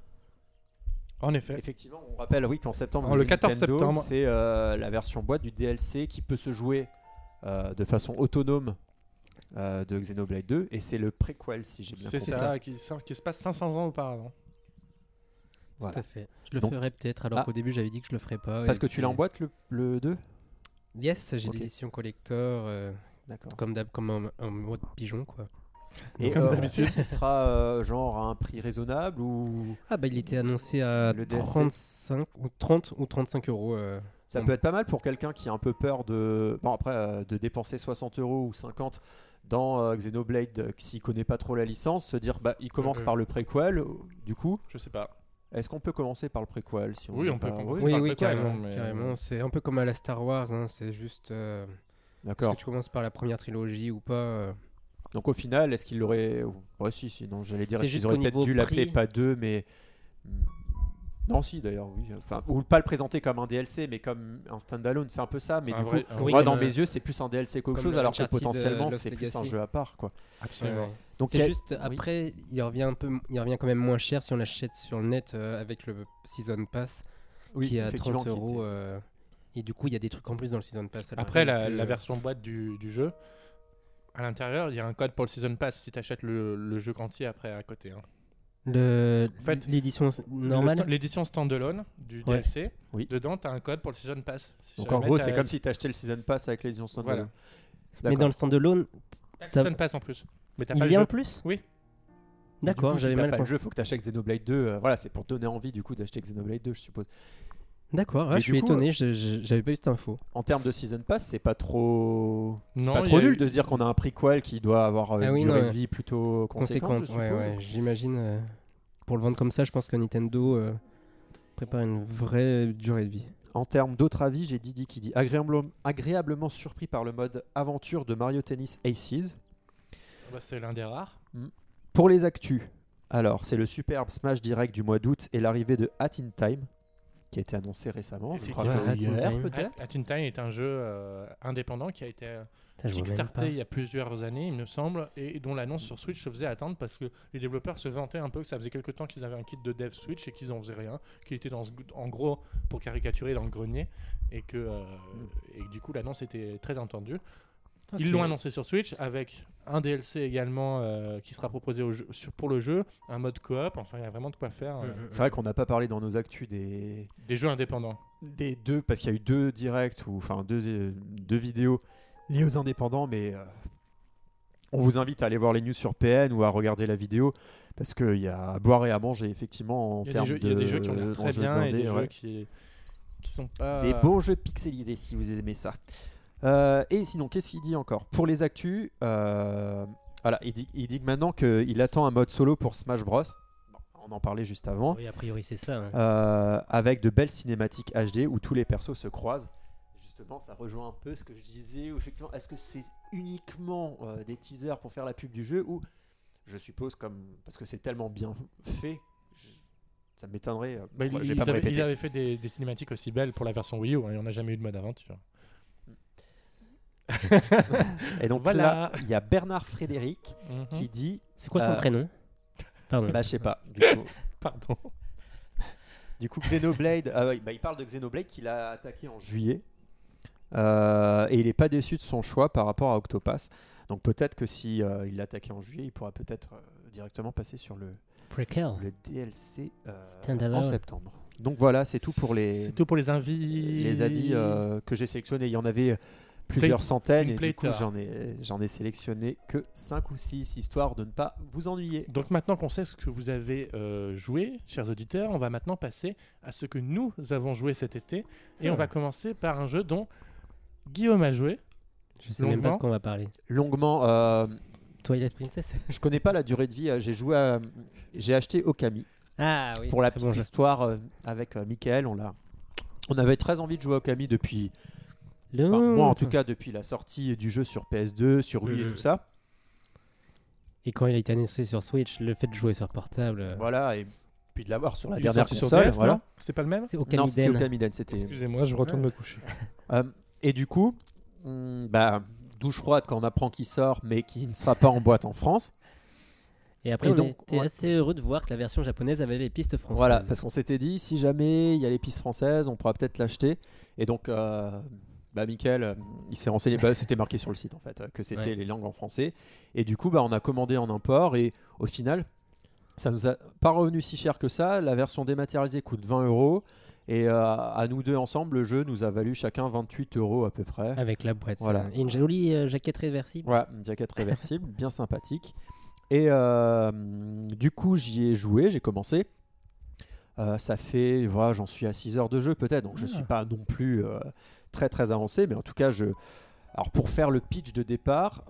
En effet. Effectivement, on rappelle oui qu'en septembre, Le jeu 14 Nintendo, septembre. c'est la version boîte du DLC qui peut se jouer de façon autonome de Xenoblade 2, et c'est le préquel si j'ai bien C'est compris. ça, qui se passe 500 ans auparavant. Voilà. Tout à fait. Je le Donc- ferai peut-être, alors Ah. qu'au début j'avais dit que je le ferais pas. Parce et que tu puis- l'as en boîte le 2. Yes, j'ai Ok. l'édition collector, D'accord. comme d'hab, comme un mode pigeon, quoi. Et Comme on d'habitude. sait ce sera genre à un prix raisonnable ou Ah bah il était annoncé à Le DLC. 35 ou 30 ou 35 euros. ça Bon. peut être pas mal pour quelqu'un qui a un peu peur de dépenser 60 euros ou 50 dans Xenoblade s'il connaît pas trop la licence, se dire bah il commence Mhm. par le préquel. Du coup, Je sais pas. est-ce qu'on peut commencer par le préquel si Oui, veut on peut pas- commencer. Oui, par oui, le préquel, carrément, hein, mais- carrément. C'est un peu comme à la Star Wars, hein, c'est juste est-ce D'accord. que tu commences par la première trilogie ou pas. Donc au final, est-ce qu'il l'aurait... Ouais, si, sinon j'allais dire, C'est est-ce qu'ils juste auraient qu'au peut-être niveau dû l'appeler prix- pas 2, mais... Non, si d'ailleurs, oui. Enfin, ou pas le présenter comme un DLC, mais comme un standalone, c'est un peu ça. Mais Un du vrai- coup, un Oui, moi, comme, dans mes yeux, c'est plus un DLC qu'autre comme chose, le alors que Uncharted, potentiellement, Lost c'est plus un Legacy. jeu à part, quoi. Absolument. Donc C'est il y a- juste oui. après, il revient quand même moins cher si on l'achète sur le net avec le Season Pass Oui, qui est à effectivement, 30 qui était- euros. Et du coup, il y a des trucs en plus dans le Season Pass. alors Après, avec, la version boîte du jeu, à l'intérieur, il y a un code pour le Season Pass si tu achètes le jeu entier après à côté. Hein. En fait, l'édition normale. L'édition standalone du Ouais. DLC, Oui. dedans, tu as un code pour le Season Pass. Si Donc jamais en gros, t'as- c'est comme si tu achetais le Season Pass avec l'édition standalone. Mais D'accord. dans le standalone, t'as le Season Pass en plus. Mais t'as pas il le y a jeu. en plus. Oui. Du D'accord, coup, j'avais si t'as mal pas le compris. jeu, faut que tu achètes Xenoblade 2. Voilà, c'est pour donner envie du coup d'acheter Xenoblade 2, je suppose. D'accord, Mais je suis du coup, étonné, j'avais pas eu cette info. En termes de Season Pass, c'est pas trop... Non, pas il y trop a nul eu- de se dire qu'on a un prequel qui doit avoir Ah une oui, durée non, de vie plutôt conséquente, je ouais, suppose. ouais, j'imagine. Pour le vendre comme ça, je pense que Nintendo prépare une vraie durée de vie. En termes d'autres avis, j'ai Didi qui dit agréablement surpris par le mode aventure de Mario Tennis Aces. Bah, c'est l'un des rares. Pour les actus, alors c'est le superbe Smash Direct du mois d'août et l'arrivée de Hat in Time qui a été annoncé récemment. Je crois quoi, que Hat in hier Time peut-être. Hat in Time est un jeu indépendant qui a été Putain, je vois même kickstarté pas. il y a plusieurs années, il me semble, et dont l'annonce sur Switch se faisait attendre parce que les développeurs se vantaient un peu que ça faisait quelque temps qu'ils avaient un kit de dev Switch et qu'ils en faisaient rien, qu'il était en gros, pour caricaturer, dans le grenier, et que du coup l'annonce était très attendue. Ok. Ils l'ont annoncé sur Switch avec un DLC également qui sera proposé pour le jeu, un mode coop, enfin il y a vraiment de quoi faire. Mhm. C'est vrai qu'on n'a pas parlé dans nos actus des Des jeux indépendants. des deux, parce qu'il y a eu 2 directs, ou enfin 2 vidéos liées aux indépendants, mais on vous invite à aller voir les news sur PN ou à regarder la vidéo, parce qu'il y a à boire et à manger, effectivement, en termes de. Il y a des jeux qui ont l'air très d'enjeux bien et blindés, des ouais. jeux qui sont pas... Des beaux jeux pixelisés, si vous aimez ça. Et sinon, qu'est-ce qu'il dit encore? Pour les actus, voilà, il dit que maintenant qu'il attend un mode solo pour Smash Bros. Bon, on en parlait juste avant. Oui, a priori, c'est ça. Hein. Avec de belles cinématiques HD où tous les persos se croisent. Justement, ça rejoint un peu ce que je disais. Où effectivement, est-ce que c'est uniquement des teasers pour faire la pub du jeu, ou je suppose, parce que c'est tellement bien fait, ça m'étonnerait. Bah, je vais pas me répéter. il avait fait des cinématiques aussi belles pour la version Wii U, hein, et on n'a jamais eu de mode aventure. Et donc Voilà. là, il y a Bernard Frédéric qui dit. C'est quoi son prénom? Pardon. Bah, je sais pas. Pardon. Du coup, Xenoblade, il parle de Xenoblade qu'il a attaqué en juillet. Et il n'est pas déçu de son choix par rapport à Octopass. Donc peut-être que si il l'attaquait en juillet, il pourra peut-être directement passer sur le DLC en septembre. Donc voilà, c'est tout pour les avis. Les avis que j'ai sélectionnés. Il y en avait plusieurs centaines, et du coup j'en ai sélectionné que 5 ou 6, histoire de ne pas vous ennuyer. Donc maintenant qu'on sait ce que vous avez joué, chers auditeurs, on va maintenant passer à ce que nous avons joué cet été. Et on va commencer par un jeu dont Guillaume a joué. Je sais même pas de quoi on va parler. Longuement. Twilight Princess. Je connais pas la durée de vie. J'ai acheté Okami. Ah oui. Pour la petite histoire avec Mickaël, on avait très envie de jouer à Okami depuis. Moi en tout cas depuis la sortie du jeu sur PS2, sur Wii et tout ça. Et quand il a été annoncé sur Switch, le fait de jouer sur portable. Voilà, et puis de l'avoir sur la Il est dernière sorti console. sur DS, voilà. non ? C'était pas le même ? C'est Non, c'était Okamiden. Okamiden. Excusez-moi, je retourne me coucher. Et du coup, douche froide quand on apprend qu'il sort, mais qui ne sera pas en boîte en France. Et après, Et on donc, était assez heureux de voir que la version japonaise avait les pistes françaises. Voilà, parce qu'on s'était dit, si jamais il y a les pistes françaises, on pourra peut-être l'acheter. Et donc, Mickaël, il s'est renseigné, c'était marqué sur le site en fait, que c'était les langues en français. Et du coup, on a commandé en import, et au final, ça nous a pas revenu si cher que ça. La version dématérialisée coûte 20 €. Et à nous deux ensemble, le jeu nous a valu chacun 28 € à peu près. Avec la boîte. Voilà. Et une jolie jaquette réversible. Voilà, une jaquette réversible, bien sympathique. Et du coup, j'y ai joué, j'ai commencé. Ça fait, j'en suis à 6 heures de jeu peut-être, donc je suis pas non plus très très avancé, mais en tout cas, alors pour faire le pitch de départ,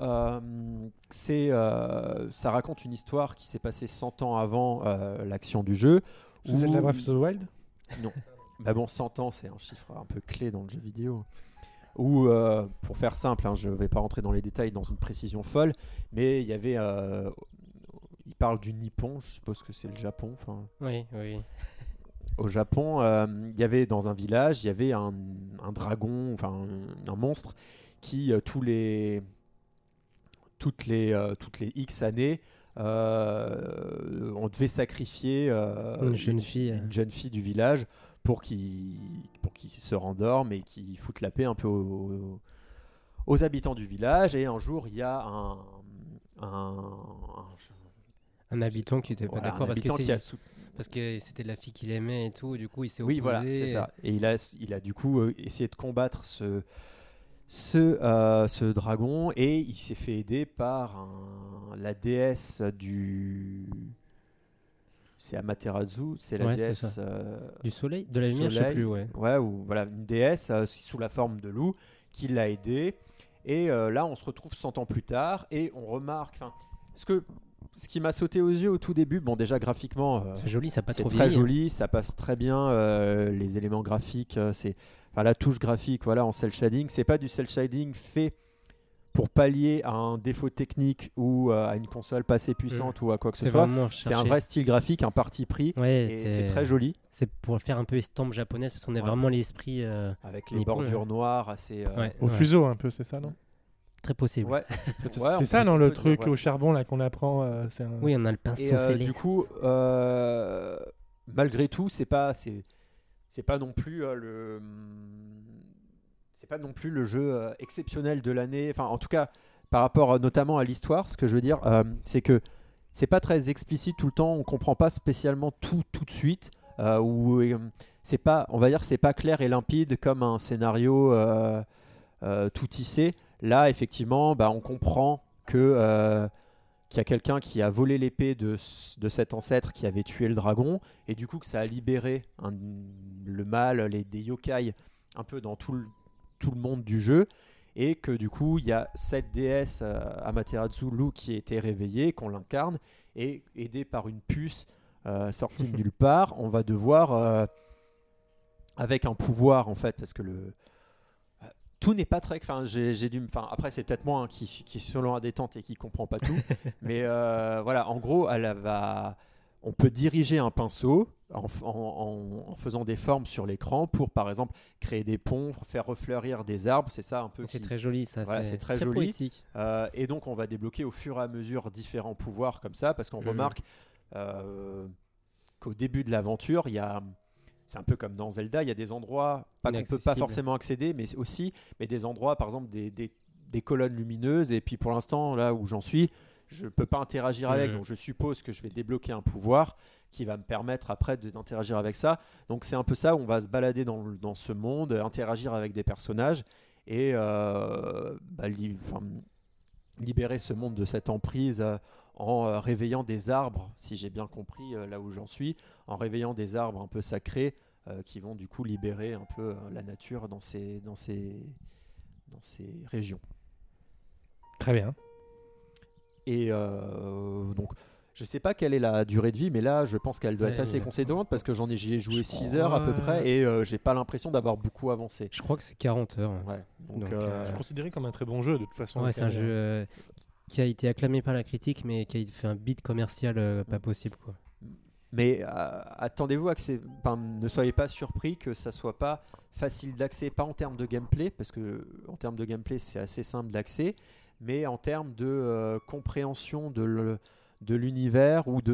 ça raconte une histoire qui s'est passée 100 ans avant l'action du jeu. C'est Zelda Breath of the Wild ? Non. 100 ans, c'est un chiffre un peu clé dans le jeu vidéo. Ou, pour faire simple, je ne vais pas rentrer dans les détails dans une précision folle, mais il y avait... il parle du Nippon, je suppose que c'est le Japon. Oui. Au Japon, il y avait dans un village, il y avait un dragon, un monstre qui, toutes les X années, on devait sacrifier une jeune fille du village pour qu'il se rendorme et qu'il foute la paix un peu aux habitants du village. Et un jour, il y a un habitant qui n'était pas d'accord parce que c'était la fille qu'il aimait et tout. Du coup, il s'est opposé. Oui, voilà, c'est ça. Et il a du coup essayé de combattre ce dragon, et il s'est fait aider par la déesse du... C'est Amaterasu, c'est la déesse du soleil, de la lumière, je sais plus. Voilà, une déesse sous la forme de loup qui l'a aidé. Et là, on se retrouve 100 ans plus tard et on remarque... Ce qui m'a sauté aux yeux au tout début, déjà graphiquement, c'est joli, ça passe c'est trop très vieilli. joli, ça passe très bien. Les éléments graphiques, la touche graphique, en cel shading, c'est pas du cel shading fait pour pallier à un défaut technique ou à une console pas assez puissante ou à quoi que ce soit. C'est un vrai style graphique, un parti pris, et c'est très joli. C'est pour faire un peu estampe japonaise parce qu'on a vraiment l'esprit avec les bordures noires assez au fuseau un peu, c'est ça, non? Très possible. C'est ça, non, le truc au charbon là qu'on apprend. Oui, on a le pinceau céleste. Du coup, malgré tout, c'est pas non plus c'est pas non plus le jeu exceptionnel de l'année. Enfin, en tout cas, par rapport notamment à l'histoire, ce que je veux dire, c'est que c'est pas très explicite tout le temps. On comprend pas spécialement tout de suite. c'est pas, on va dire, c'est pas clair et limpide comme un scénario tout tissé. Là, effectivement, on comprend que qu'il y a quelqu'un qui a volé l'épée de cet ancêtre qui avait tué le dragon, et du coup que ça a libéré le mal, des yokai un peu dans tout le monde du jeu, et que du coup il y a cette déesse Amaterasu Lou qui a été réveillée, qu'on l'incarne, et aidée par une puce sortie de nulle part, on va devoir avec un pouvoir en fait, parce que tout n'est pas très. Enfin, après, c'est peut-être moi qui suis selon la détente et qui comprend pas tout. Mais voilà, en gros, on peut diriger un pinceau en faisant des formes sur l'écran pour, par exemple, créer des ponts, faire refleurir des arbres. C'est ça un peu. C'est très joli, ça. Voilà, c'est très joli. Poétique. Et donc, on va débloquer au fur et à mesure différents pouvoirs comme ça, parce qu'on remarque qu'au début de l'aventure, il y a. C'est un peu comme dans Zelda, il y a des endroits qu'on ne peut pas forcément accéder, mais des endroits, par exemple, des colonnes lumineuses. Et puis pour l'instant, là où j'en suis, je ne peux pas interagir avec. Donc je suppose que je vais débloquer un pouvoir qui va me permettre après d'interagir avec ça. Donc c'est un peu ça, où on va se balader dans ce monde, interagir avec des personnages et libérer ce monde de cette emprise en réveillant des arbres, si j'ai bien compris là où j'en suis, en réveillant des arbres un peu sacrés qui vont du coup libérer un peu la nature dans ces régions. Très bien. Et donc, je sais pas quelle est la durée de vie, mais là, je pense qu'elle doit être assez conséquente parce que j'y ai joué 6 heures à peu près et j'ai pas l'impression d'avoir beaucoup avancé. Je crois que c'est 40 heures. Ouais. Donc, c'est considéré comme un très bon jeu de toute façon. Ouais, c'est un jeu qui a été acclamé par la critique, mais qui a fait un beat commercial pas possible, quoi. Mais attendez-vous à que ne soyez pas surpris que ça soit pas facile d'accès, pas en termes de gameplay, parce que en termes de gameplay c'est assez simple d'accès, mais en termes de compréhension de l'univers ou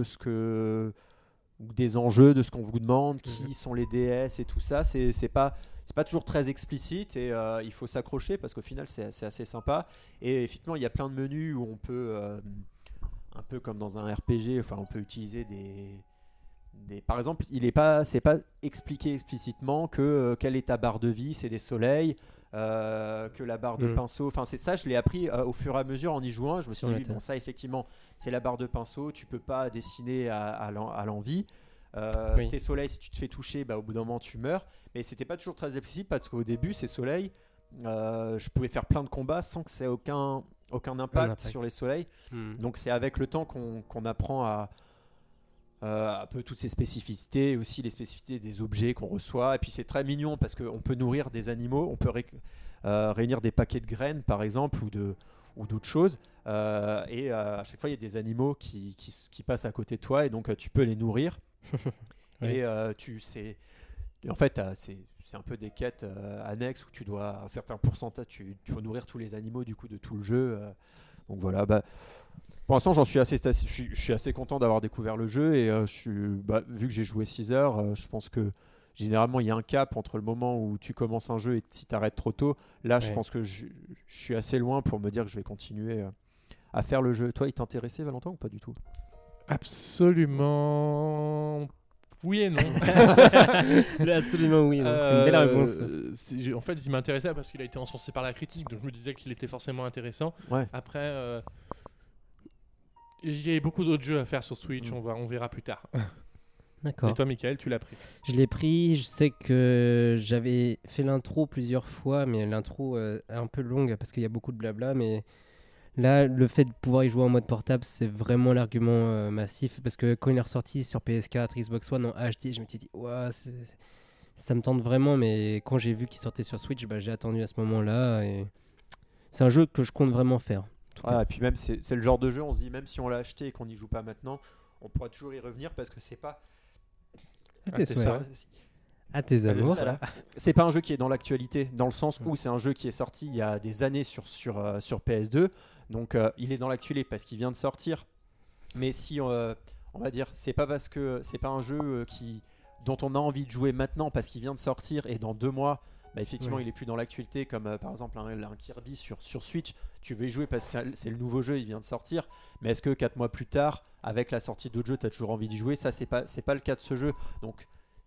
ou des enjeux, de ce qu'on vous demande, qui sont les déesses et tout ça, c'est pas toujours très explicite et il faut s'accrocher parce qu'au final c'est assez sympa. Et effectivement il y a plein de menus où on peut un peu comme dans un RPG, on peut utiliser par exemple, c'est pas expliqué explicitement que quelle est ta barre de vie, c'est des soleils, que la barre de pinceau. Enfin, c'est ça, je l'ai appris au fur et à mesure en y jouant. Je me suis dit, bon, ça effectivement, c'est la barre de pinceau. Tu peux pas dessiner à l'envie. Tes soleils, si tu te fais toucher, au bout d'un moment, tu meurs. Mais c'était pas toujours très explicite parce qu'au début, ces soleils, je pouvais faire plein de combats sans que ça ait aucun impact sur les soleils. Donc, c'est avec le temps qu'on apprend à un peu toutes ces spécificités, aussi les spécificités des objets qu'on reçoit. Et puis c'est très mignon parce qu'on peut nourrir des animaux, on peut réunir des paquets de graines par exemple ou d'autres choses. Et à chaque fois il y a des animaux qui passent à côté de toi et donc tu peux les nourrir. Et en fait c'est un peu des quêtes annexes où tu dois un certain pourcentage, tu dois nourrir tous les animaux du coup de tout le jeu. Donc voilà, pour l'instant, je suis assez content d'avoir découvert le jeu et vu que j'ai joué 6 heures, je pense que généralement il y a un cap entre le moment où tu commences un jeu et si tu arrêtes trop tôt. Là, je pense que je suis assez loin pour me dire que je vais continuer à faire le jeu. Toi, il t'intéressait, Valentin, ou pas du tout ? Absolument. Oui et non. Absolument oui. C'est une belle réponse. En fait, il m'intéressait parce qu'il a été encensé par la critique, donc je me disais qu'il était forcément intéressant. Ouais. Après. Il y a beaucoup d'autres jeux à faire sur Switch, on verra plus tard. D'accord. Et toi, Michael, tu l'as pris ? Je l'ai pris, je sais que j'avais fait l'intro plusieurs fois, mais l'intro est un peu longue parce qu'il y a beaucoup de blabla. Mais là, le fait de pouvoir y jouer en mode portable, c'est vraiment l'argument massif. Parce que quand il est ressorti sur PS4, Xbox One en HD, je me suis dit, ouah, ça me tente vraiment. Mais quand j'ai vu qu'il sortait sur Switch, j'ai attendu à ce moment-là. Et c'est un jeu que je compte vraiment faire. Et puis même c'est le genre de jeu, on se dit même si on l'a acheté et qu'on n'y joue pas maintenant, on pourra toujours y revenir parce que c'est pas à tes amours. C'est pas un jeu qui est dans l'actualité, dans le sens où c'est un jeu qui est sorti il y a des années sur PS2, donc il est dans l'actualité parce qu'il vient de sortir. Mais si on va dire, c'est pas parce que c'est pas un jeu dont on a envie de jouer maintenant parce qu'il vient de sortir et dans 2 mois. Effectivement, il est plus dans l'actualité comme par exemple un Kirby sur Switch. Tu veux y jouer parce que c'est le nouveau jeu, il vient de sortir. Mais est-ce que 4 mois plus tard, avec la sortie d'autres jeux, tu as toujours envie d'y jouer ? Ça, c'est pas le cas de ce jeu. Donc,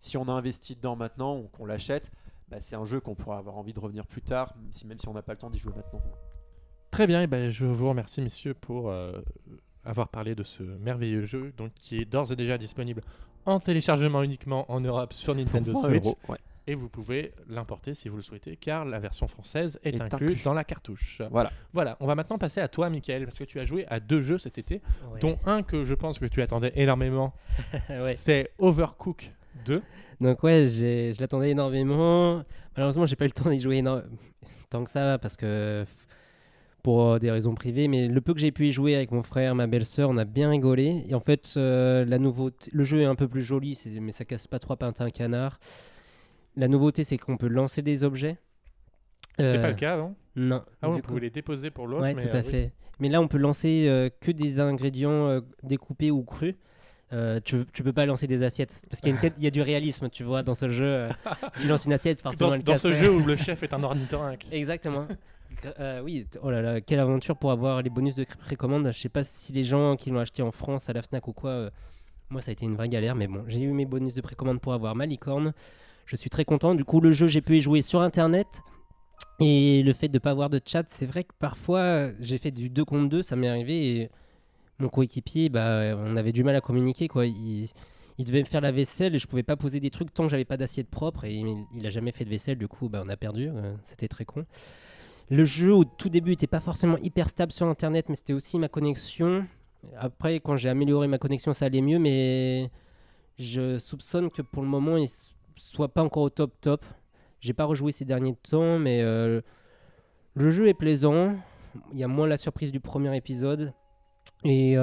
si on a investi dedans maintenant ou qu'on l'achète, c'est un jeu qu'on pourra avoir envie de revenir plus tard, même si on n'a pas le temps d'y jouer maintenant. Très bien, et je vous remercie messieurs pour avoir parlé de ce merveilleux jeu donc, qui est d'ores et déjà disponible en téléchargement uniquement en Europe sur Nintendo Pour 20 Switch. €, ouais. Et vous pouvez l'importer si vous le souhaitez, car la version française est incluse dans la cartouche. Voilà, on va maintenant passer à toi, Mickaël, parce que tu as joué à 2 jeux cet été, dont un que je pense que tu attendais énormément, c'est Overcooked 2. Donc je l'attendais énormément. Malheureusement, j'ai pas eu le temps d'y jouer tant que ça, parce que pour des raisons privées, mais le peu que j'ai pu y jouer avec mon frère, ma belle-sœur, on a bien rigolé. Et en fait, la nouveauté, le jeu est un peu plus joli, mais ça casse pas 3 pattes à un canard. La nouveauté, c'est qu'on peut lancer des objets. C'était pas le cas avant ? Non. On pouvait les déposer pour l'autre. Oui, tout à fait. Mais là, on peut lancer que des ingrédients découpés ou crus. Tu peux pas lancer des assiettes parce qu'il y a du réalisme, tu vois, dans ce jeu. Tu lances une assiette, forcément. Dans ce jeu où le chef est un ornithorynque. Exactement. Oui, oh là là, quelle aventure pour avoir les bonus de précommande. Je sais pas si les gens qui l'ont acheté en France à la Fnac ou quoi. Moi, ça a été une vraie galère, mais bon, j'ai eu mes bonus de précommande pour avoir ma licorne. Je suis très content. Du coup, le jeu, j'ai pu y jouer sur Internet. Et le fait de ne pas avoir de chat, c'est vrai que parfois, j'ai fait du 2 contre 2, ça m'est arrivé. Et mon coéquipier, on avait du mal à communiquer, quoi. Il devait me faire la vaisselle et je pouvais pas poser des trucs tant que j'avais pas d'assiette propre. Et il a jamais fait de vaisselle, du coup, on a perdu. C'était très con. Le jeu, au tout début, était pas forcément hyper stable sur Internet, mais c'était aussi ma connexion. Après, quand j'ai amélioré ma connexion, ça allait mieux, mais je soupçonne que pour le moment, il soit pas encore au top. J'ai pas rejoué ces derniers temps, mais le jeu est plaisant. Il y a moins la surprise du premier épisode. Et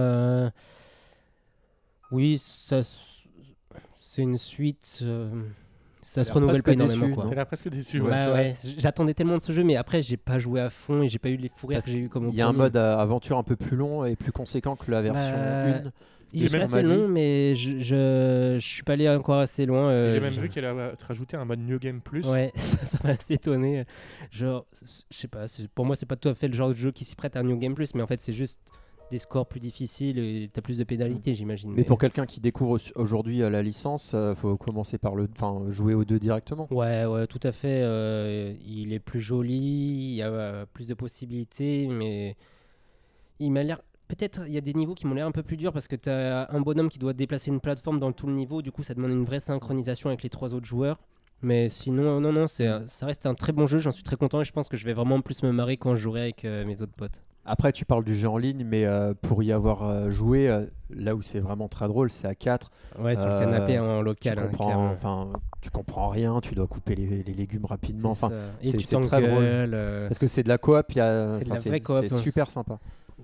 oui, c'est une suite. Ça se renouvelle pas énormément, quoi. T'es là presque déçu. Ouais. J'attendais tellement de ce jeu, mais après, j'ai pas joué à fond et j'ai pas eu les fous rires que j'ai eu comme au Il y a un mode aventure un peu plus long et plus conséquent que la version 1. Il est assez long, mais je suis pas allé encore assez loin. J'ai même vu qu'elle a rajouté un mode New Game Plus. Ouais, ça m'a assez étonné. Genre, je sais pas, pour moi, c'est pas tout à fait le genre de jeu qui s'y prête à un New Game Plus, mais en fait, c'est juste des scores plus difficiles et t'as plus de pénalités, j'imagine. Mais pour quelqu'un qui découvre aujourd'hui la licence, faut commencer par jouer aux 2 directement. Ouais, tout à fait. Il est plus joli, il y a plus de possibilités, mais il m'a l'air. Peut-être il y a des niveaux qui m'ont l'air un peu plus durs parce que tu as un bonhomme qui doit déplacer une plateforme dans tout le niveau. Du coup, ça demande une vraie synchronisation avec les 3 autres joueurs. Mais sinon, non, ça reste un très bon jeu. J'en suis très content et je pense que je vais vraiment plus me marrer quand je jouerai avec mes autres potes. Après, tu parles du jeu en ligne, mais pour y avoir joué, là où c'est vraiment très drôle, c'est à 4. Ouais, sur le canapé en local. Tu comprends rien, tu dois couper les légumes rapidement. C'est très drôle. Parce que c'est de la coop, c'est de la vraie coop, c'est super sympa.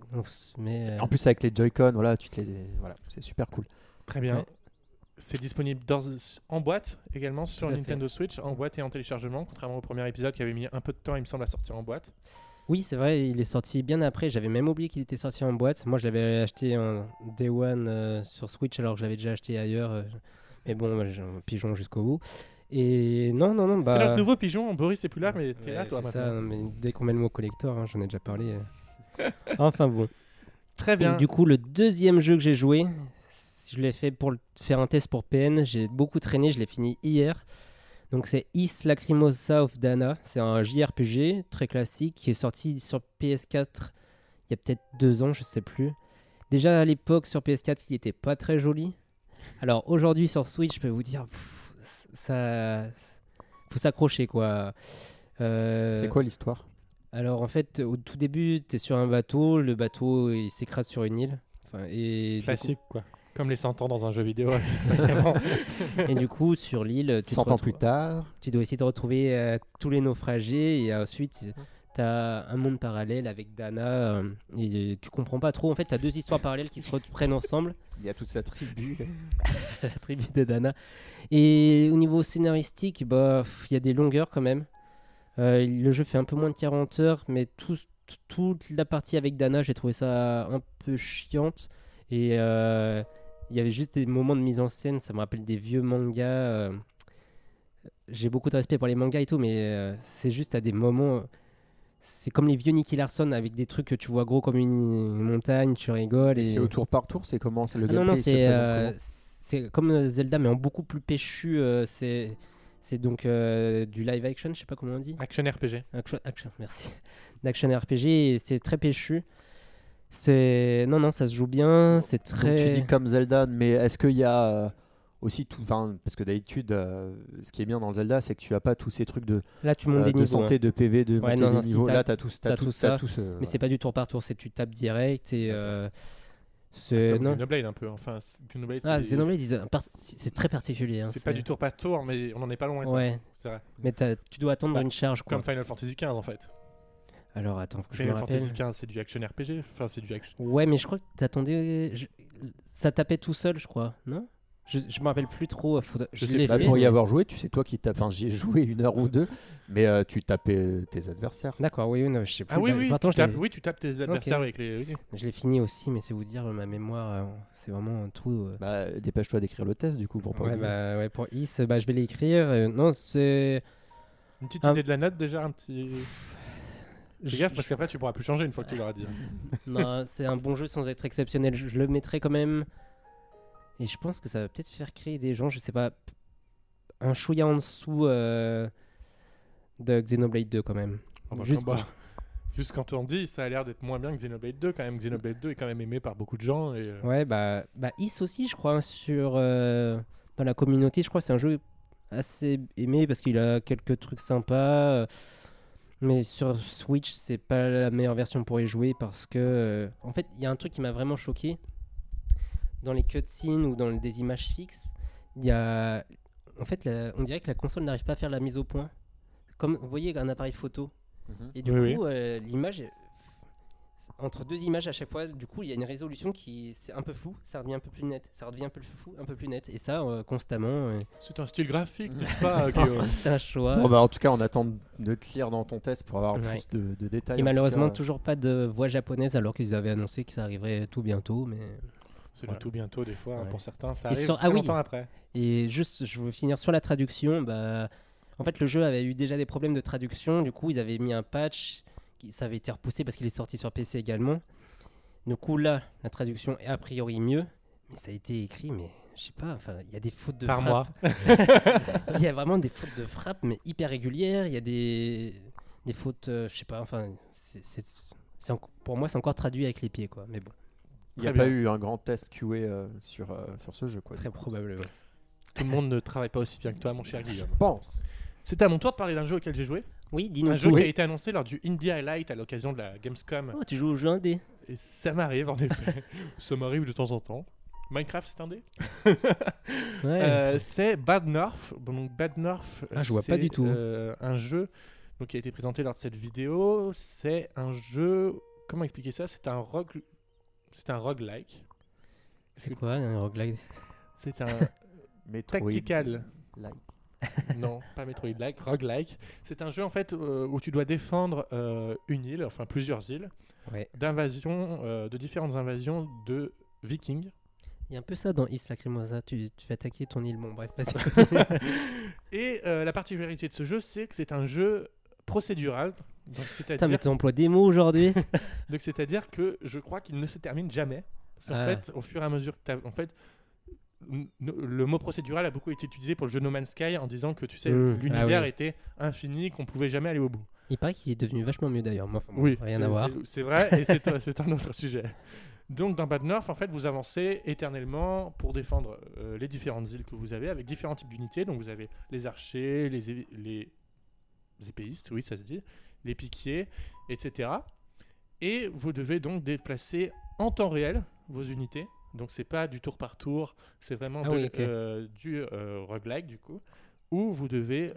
En plus, avec les Joy-Con, c'est super cool. Très bien. Ouais. C'est disponible en boîte également sur Nintendo Switch, en boîte et en téléchargement, contrairement au premier épisode qui avait mis un peu de temps, il me semble, à sortir en boîte. Oui, c'est vrai, il est sorti bien après. J'avais même oublié qu'il était sorti en boîte. Moi, je l'avais acheté en Day One sur Switch alors que je l'avais déjà acheté ailleurs. Mais bon, j'ai un pigeon jusqu'au bout. Et non. C'est notre nouveau pigeon, Boris est plus là, mais t'es là toi maintenant. Ça, mais dès qu'on met le mot collector, j'en ai déjà parlé. Enfin bon. Très bien. Et du coup, le deuxième jeu que j'ai joué, je l'ai fait pour faire un test pour PN. J'ai beaucoup traîné, je l'ai fini hier. Donc c'est Is Lacrimosa of Dana. C'est un JRPG très classique qui est sorti sur PS4 il y a peut-être 2 ans, je sais plus. Déjà à l'époque sur PS4, il était pas très joli. Alors aujourd'hui sur Switch, je peux vous dire, ça faut s'accrocher quoi. C'est quoi l'histoire ? Alors en fait, au tout début, tu es sur un bateau, le bateau il s'écrase sur une île. Classique quoi. Comme les 100 ans dans un jeu vidéo. Et du coup, sur l'île, 100 ans plus tard, tu dois essayer de retrouver tous les naufragés. Et ensuite, tu as un monde parallèle avec Dana. Et tu comprends pas trop. En fait, tu as 2 histoires parallèles qui se reprennent ensemble. Il y a toute sa tribu. La tribu de Dana. Et au niveau scénaristique, il y a des longueurs quand même. Le jeu fait un peu moins de 40 heures. Mais toute la partie avec Dana, j'ai trouvé ça un peu chiante. Et il y avait juste des moments de mise en scène, ça me rappelle des vieux mangas. J'ai beaucoup de respect pour les mangas et tout, mais c'est juste à des moments. C'est comme les vieux Nicky Larson avec des trucs que tu vois gros comme une montagne, tu rigoles. Et c'est au tour par tour, c'est comment ? C'est le gameplay non, se présente comment ? c'est comme Zelda, mais en beaucoup plus péchu. C'est donc du live action, je sais pas comment on dit. Action RPG. Action, merci. D'action RPG, et c'est très péchu. Non, ça se joue bien. C'est Donc, très. tu dis comme Zelda, mais est-ce qu'il y a aussi tout. Enfin, parce que d'habitude, ce qui est bien dans le Zelda, c'est que tu as pas tous ces trucs de, Là, tu montes des de niveaux. santé, de PV, de Ouais, monter non, des non, si niveaux. t'as- Là, tu as tout ça. Mais c'est pas du tour par tour, c'est tu tapes direct et. Comme Non. Xenoblade un peu. Enfin, Xenoblade, Ah, c'est- Xenoblade, c'est très particulier. Hein, c'est pas du tour par tour, mais on en est pas loin. quoi. Ouais, C'est vrai. mais tu dois attendre Bah, une charge. Quoi. Comme Final Fantasy XV en fait. Alors attends, faut que je me Final rappelle. Fantasy XV, c'est du action RPG. Enfin, c'est du action. Ouais, mais je crois que t'attendais. Ça tapait tout seul, je crois, non? Je me rappelle plus trop. Je sais l'ai Bah, fait. pour y mais- avoir joué, tu sais, toi qui tapes. Enfin, j'y ai joué 1 heure ou 2, mais tu tapais tes adversaires. D'accord, oui, non, je sais plus. Ah oui, Bah, oui, pourtant, tu tapes, oui, tu tapes tes adversaires avec les. Oui. je l'ai fini aussi, mais c'est vous dire, ma mémoire, c'est vraiment un trou. Bah, dépêche-toi d'écrire le test du coup pour pas Ouais, oublier. bah, ouais, pour Is, bah, je vais l'écrire. Non, c'est. Une petite Ah. idée de la note déjà, un petit. Fais Je- gaffe parce qu'après tu pourras plus changer une fois que tu l'auras dit. Non, c'est un bon jeu sans être exceptionnel. Je le mettrai quand même. Et je pense que ça va peut-être faire créer des gens, je sais pas, un chouïa en dessous de Xenoblade 2 quand même. Oh, bah, Juste bah, Juste quand on dit, ça a l'air d'être moins bien que Xenoblade 2 quand même. Xenoblade 2 est quand même aimé par beaucoup de gens. Et, Ouais, bah Is aussi, je crois, dans la communauté, je crois que c'est un jeu assez aimé parce qu'il a quelques trucs sympas. Mais sur Switch, c'est pas la meilleure version pour y jouer parce que, en fait, il y a un truc qui m'a vraiment choqué. Dans les cutscenes ou dans des images fixes, il y a. En fait, on dirait que la console n'arrive pas à faire la mise au point. Comme vous voyez un appareil photo. Mhm. Et du Oui, coup, l'image, entre deux images à chaque fois, du coup, il y a une résolution qui c'est un peu flou, ça redevient un peu plus net, ça redevient un peu flou, un peu plus net, et ça constamment. C'est un style graphique, n'est-ce pas, Guillaume? C'est un choix. Bon, bah, en tout cas, on attend de te lire dans ton test pour avoir Ouais. plus de détails. Et en malheureusement, tout cas. toujours pas de voix japonaise, alors qu'ils avaient annoncé que ça arriverait tout bientôt. Mais C'est Voilà. le tout bientôt, des fois, hein, Ouais. pour certains. Ça Et arrive sur- très ah oui. longtemps après. et juste, je veux finir sur la traduction. Bah, en fait, le jeu avait eu déjà des problèmes de traduction. Du coup, ils avaient mis un patch, ça avait été repoussé parce qu'il est sorti sur PC également. Du coup, là, la traduction est a priori mieux, mais ça a été écrit, mais je sais pas, enfin, il y a des fautes de Par frappe. moi. Il y a vraiment des fautes de frappe, mais hyper régulières. Il y a des fautes, je sais pas, enfin, pour moi, c'est encore traduit avec les pieds, quoi. Mais bon, Il n'y a Très pas bien. eu un grand test QA sur ce jeu. Quoi, très du coup. probablement. Tout le monde ne travaille pas aussi bien que toi, mon cher Guillaume. Je pense. C'est à mon tour de parler d'un jeu auquel j'ai joué. Oui, dis-nous Un jeu tout. qui a été annoncé lors du Indie Highlight à l'occasion de la Gamescom. Oh, tu joues au jeu indé. Et ça m'arrive, en effet. Ça m'arrive de temps en temps. Minecraft, c'est un dé. Ouais, C'est Bad North. Bon, donc Bad North, Ah, je vois pas c'est, du tout. un jeu donc, qui a été présenté lors de cette vidéo. C'est un jeu. Comment expliquer ça? C'est un roguelike. c'est quoi un roguelike? C'est un Metroid tactical. Like. Non, pas Metroid-like, roguelike. C'est un jeu en fait où tu dois défendre une île, enfin plusieurs îles, Ouais. de différentes invasions de vikings. Il y a un peu ça dans Is Lacrimosa. Tu fais attaquer ton île. Bon, bref, vas-y. Et la particularité de ce jeu, c'est que c'est un jeu procédural. Donc, Putain, mais tu emploies des mots aujourd'hui. c'est-à-dire que je crois qu'il ne se termine jamais. Parce qu'en Ah. fait, au fur et à mesure que en fait, le mot procédural a beaucoup été utilisé pour le jeu No Man's Sky en disant que tu sais, Ah l'univers oui. était infini, qu'on pouvait jamais aller au bout. Il paraît qu'il est devenu vachement mieux d'ailleurs. Moi, enfin, bon, Oui, rien c'est- à voir. c'est vrai, et c'est un autre sujet. Donc dans Bad North, en fait, vous avancez éternellement pour défendre les différentes îles que vous avez avec différents types d'unités. Donc vous avez les archers, les épéistes, oui, ça se dit, les piquiers, etc. Et vous devez donc déplacer en temps réel vos unités. Donc c'est pas du tour par tour, c'est vraiment Ah oui, ok. du roguelike du coup, où vous devez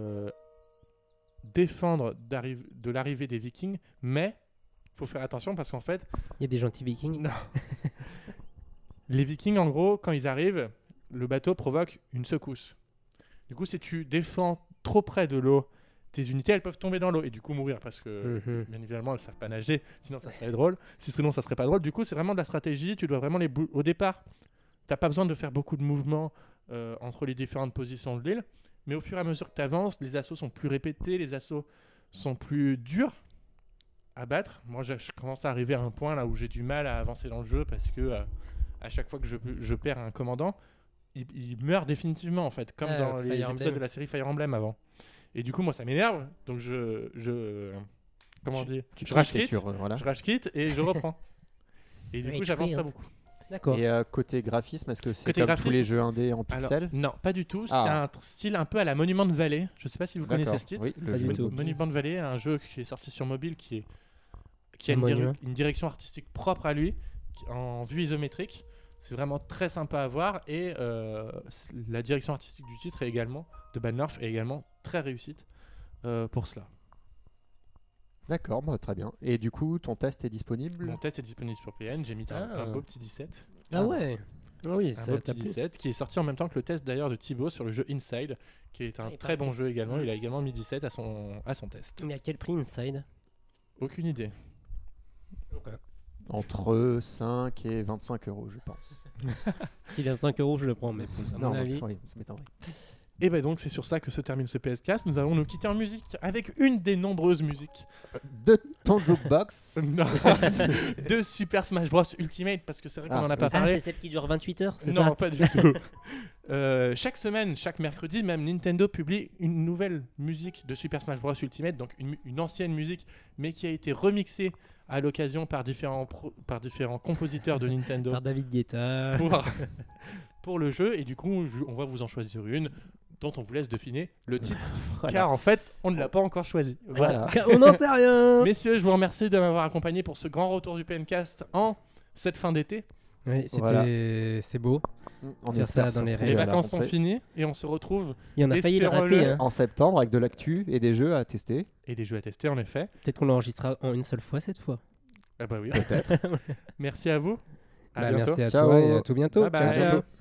défendre de l'arrivée des vikings, mais il faut faire attention parce qu'en fait, Il y a des gentils vikings. non. Les vikings, en gros, quand ils arrivent, le bateau provoque une secousse. Du coup, si tu défends trop près de l'eau, tes unités, elles peuvent tomber dans l'eau et du coup mourir parce que, Mhm. bien évidemment, elles savent pas nager. Sinon, ça serait drôle. Sinon, ça serait pas drôle. Du coup, c'est vraiment de la stratégie. Tu dois vraiment au départ, t'as pas besoin de faire beaucoup de mouvements entre les différentes positions de l'île. Mais au fur et à mesure que tu avances, les assauts sont plus répétés, les assauts sont plus durs à battre. Moi, je commence à arriver à un point là où j'ai du mal à avancer dans le jeu parce que à chaque fois que je perds un commandant, il meurt définitivement en fait, comme dans les Fire épisodes Emblem. de la série Fire Emblem avant. Et du coup, moi, ça m'énerve, donc comment on dit Tu Je rage quittes et quitte, voilà. je rage quitte et je reprends. Et du coup, Rage j'avance quit. pas beaucoup. D'accord. Et côté graphisme, est-ce que c'est Côté comme graphisme, tous les jeux indés en Alors, pixels? non, pas du tout. Ah. C'est un style un peu à la Monument Valley. Je sais pas si vous connaissez D'accord. ce titre. Oui, le Pas jeu du tout. mobile. Monument Valley, un jeu qui est sorti sur mobile qui a Monument. une direction artistique propre à lui, en vue isométrique. C'est vraiment très sympa à voir et la direction artistique du titre est également, de Bandorf, est également très réussite pour cela. D'accord, bah, très bien. Et du coup, ton test est disponible? Mon test est disponible sur PN, j'ai mis un beau petit 17. Ah ouais. Ah oui, Un ça beau t'a petit plu. 17 qui est sorti en même temps que le test d'ailleurs de Thibaut sur le jeu Inside, qui est un il est très pas bon mal. jeu également. Il a également mis 17 à son test. Mais à quel prix Inside? Aucune idée. Entre 5 et 25 euros, je pense. S'il est à 5 euros, je le prends, mais à mon avis. oui, ça m'étonnerait. Et ben donc c'est sur ça que se termine ce PS4. Nous allons nous quitter en musique avec une des nombreuses musiques De ton jukebox. Non. de Super Smash Bros Ultimate, parce que c'est vrai qu'on Ah, en a pas oui. Ah, parlé. c'est celle qui dure 28 heures, c'est Non, ça? pas du tout. Chaque semaine, chaque mercredi, même Nintendo publie une nouvelle musique de Super Smash Bros Ultimate, donc une ancienne musique, mais qui a été remixée à l'occasion par différents compositeurs de Nintendo Par David Guetta. pour le jeu. Et du coup, on va vous en choisir une dont on vous laisse deviner le titre, Voilà. car en fait, on ne l'a pas encore choisi. Voilà. On n'en sait rien. Messieurs, je vous remercie de m'avoir accompagné pour ce grand retour du PNcast en cette fin d'été. Oui, Voilà. c'est beau. On Faire espère ça se dans les retrouver Les à la vacances sont rentrée. finies et on se retrouve Et on a failli le Espérons-le. rater. Hein. En septembre avec de l'actu et des jeux à tester. et des jeux à tester en effet. Peut-être qu'on l'enregistrera en une seule fois cette fois. Ah bah oui, peut-être. Merci à vous. À Bah, bientôt. merci à Ciao. toi et à tout bientôt. Bye bye. Ciao, ciao.